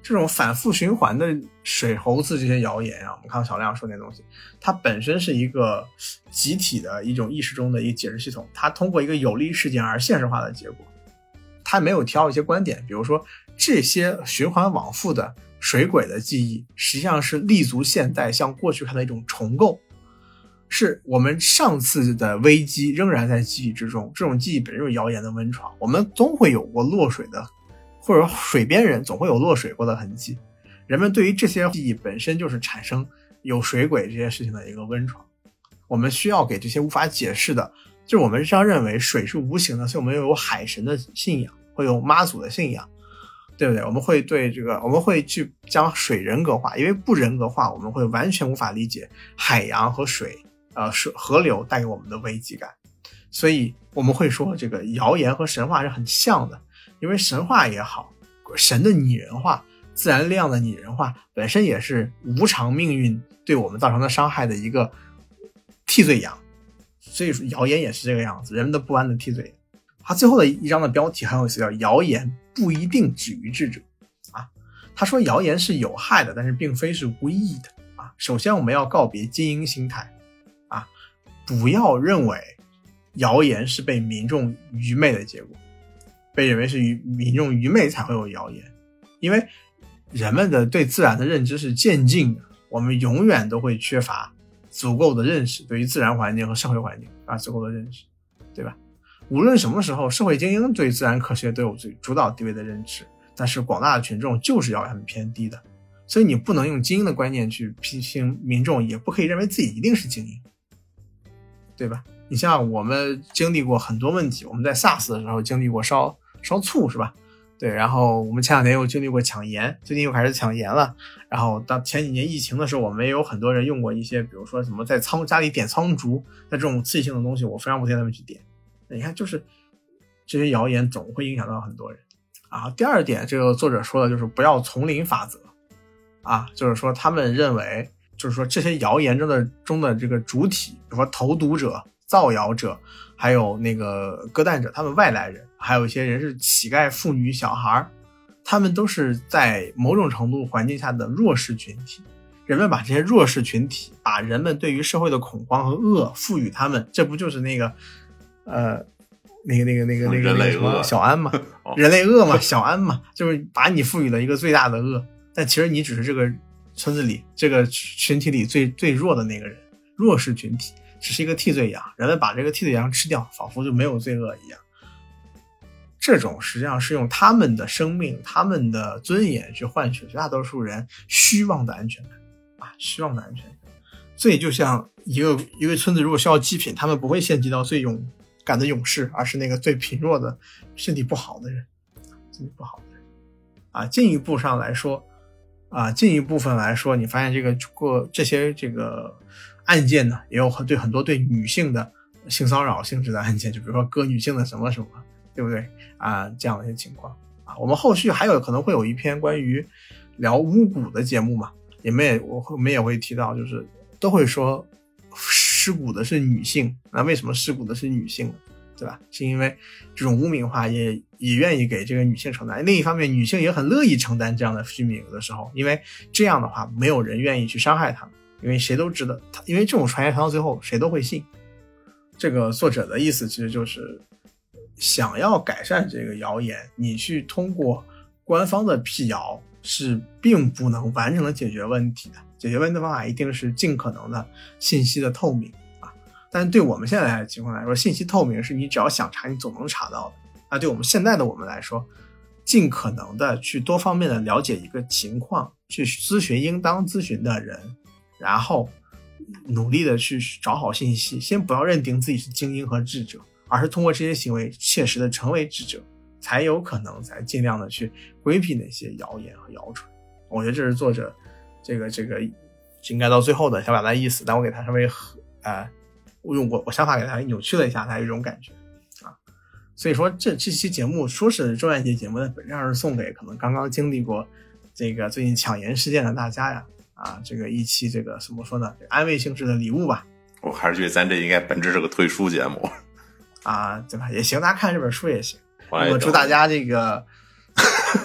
这种反复循环的水猴子这些谣言啊，我们看到小亮说那东西，它本身是一个集体的一种意识中的一个解释系统，它通过一个有利事件而现实化的结果，它没有挑一些观点，比如说这些循环往复的水轨的记忆实际上是立足现代向过去看的一种重构，是我们上次的危机仍然在记忆之中，这种记忆本身就是谣言的温床，我们总会有过落水的，或者水边人总会有落水过的痕迹，人们对于这些记忆本身就是产生有水轨这些事情的一个温床，我们需要给这些无法解释的，就是我们这样认为水是无形的，所以我们有海神的信仰，会有妈祖的信仰，对不对？我们会对这个，我们会去将水人格化，因为不人格化，我们会完全无法理解海洋和水，呃，水河流带给我们的危机感。所以我们会说，这个谣言和神话是很像的，因为神话也好，神的拟人化，自然力量的拟人化，本身也是无常命运对我们造成的伤害的一个替罪羊。所以说，谣言也是这个样子，人们的不安的替罪羊。他最后的一章的标题很有意思，叫谣言不一定止于智者啊。他说谣言是有害的，但是并非是无益的啊。首先我们要告别精英心态啊，不要认为谣言是被民众愚昧的结果，被认为是民众愚昧才会有谣言，因为人们的对自然的认知是渐进的，我们永远都会缺乏足够的认识，对于自然环境和社会环境啊足够的认识，对吧？无论什么时候，社会精英对自然科学都有最主导地位的认知，但是广大的群众就是要很偏低的，所以你不能用精英的观念去批评民众，也不可以认为自己一定是精英，对吧？你像我们经历过很多问题，我们在 SARS 的时候经历过烧烧醋是吧？对，然后我们前两年又经历过抢盐，最近又开始抢盐了。然后当前几年疫情的时候，我们也有很多人用过一些，比如说什么在仓家里点苍竹，在这种刺激性的东西，我非常不推荐他们去点。你看，就是这些谣言总会影响到很多人啊。第二点，这个作者说的就是不要丛林法则啊，就是说他们认为，就是说这些谣言中的中的这个主体，比如说投毒者、造谣者，还有那个割蛋者，他们外来人，还有一些人是乞丐、妇女、小孩，他们都是在某种程度环境下的弱势群体。人们把这些弱势群体，把人们对于社会的恐慌和恶赋予他们，这不就是那个呃，那个那个那个那个那个什么小安嘛，人类恶嘛，小安嘛，就是把你赋予了一个最大的恶，但其实你只是这个村子里这个群体里最最弱的那个人，弱势群体，只是一个替罪羊，人们把这个替罪羊吃掉，仿佛就没有罪恶一样。这种实际上是用他们的生命、他们的尊严去换取绝大多数人虚妄的安全感啊，虚妄的安全感。所以就像一个一个村子如果需要祭品，他们不会献祭到最勇敢的勇士，而是那个最贫弱的、身体不好的人，身体不好的人啊。进一步上来说啊，进一部分来说，你发现这个过这些这个案件呢，也有很对很多对女性的性骚扰性质的案件，就比如说割女性的什么什么，对不对啊？这样的一些情况啊，我们后续还有可能会有一篇关于聊巫蛊的节目嘛，也没也我我们也会提到，就是都会说尸骨的是女性，那为什么尸骨的是女性呢？对吧？是因为这种污名化也也愿意给这个女性承担。另一方面，女性也很乐意承担这样的虚名的时候，因为这样的话，没有人愿意去伤害她们，因为谁都知道，因为这种传言传到最后，谁都会信。这个作者的意思其实就是想要改善这个谣言，你去通过官方的辟谣是并不能完整的解决问题的。解决问题的方法一定是尽可能的信息的透明啊。但是对我们现在的情况来说，信息透明是你只要想查你总能查到的。那对我们现在的我们来说，尽可能的去多方面的了解一个情况，去咨询应当咨询的人，然后努力的去找好信息，先不要认定自己是精英和智者，而是通过这些行为切实的成为智者，才有可能才尽量的去规避那些谣言和谣传。我觉得这是作者这个这个应该到最后的想表达意思，但我给他稍微呃用我我想法给他扭曲了一下，他有一种感觉啊。所以说这这期节目说是重案节节目，但本质上是送给可能刚刚经历过这个最近抢盐事件的大家呀。啊，这个一期这个怎么说呢？安慰性质的礼物吧。 我还是觉得咱这应该本质是个推书节目啊，对吧？也行，大家看这本书也行。我祝大家这个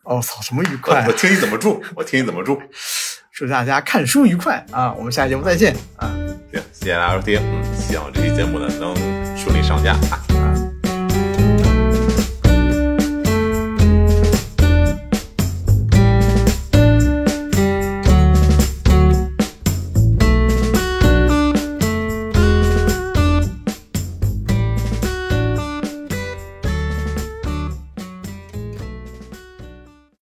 哦操，什么愉快、啊我？我听你怎么住，我听你怎么住。 祝大家看书愉快啊！我们下期节目再见啊！ 行，谢谢大家收听，嗯，希望这期节目呢能顺利上架啊。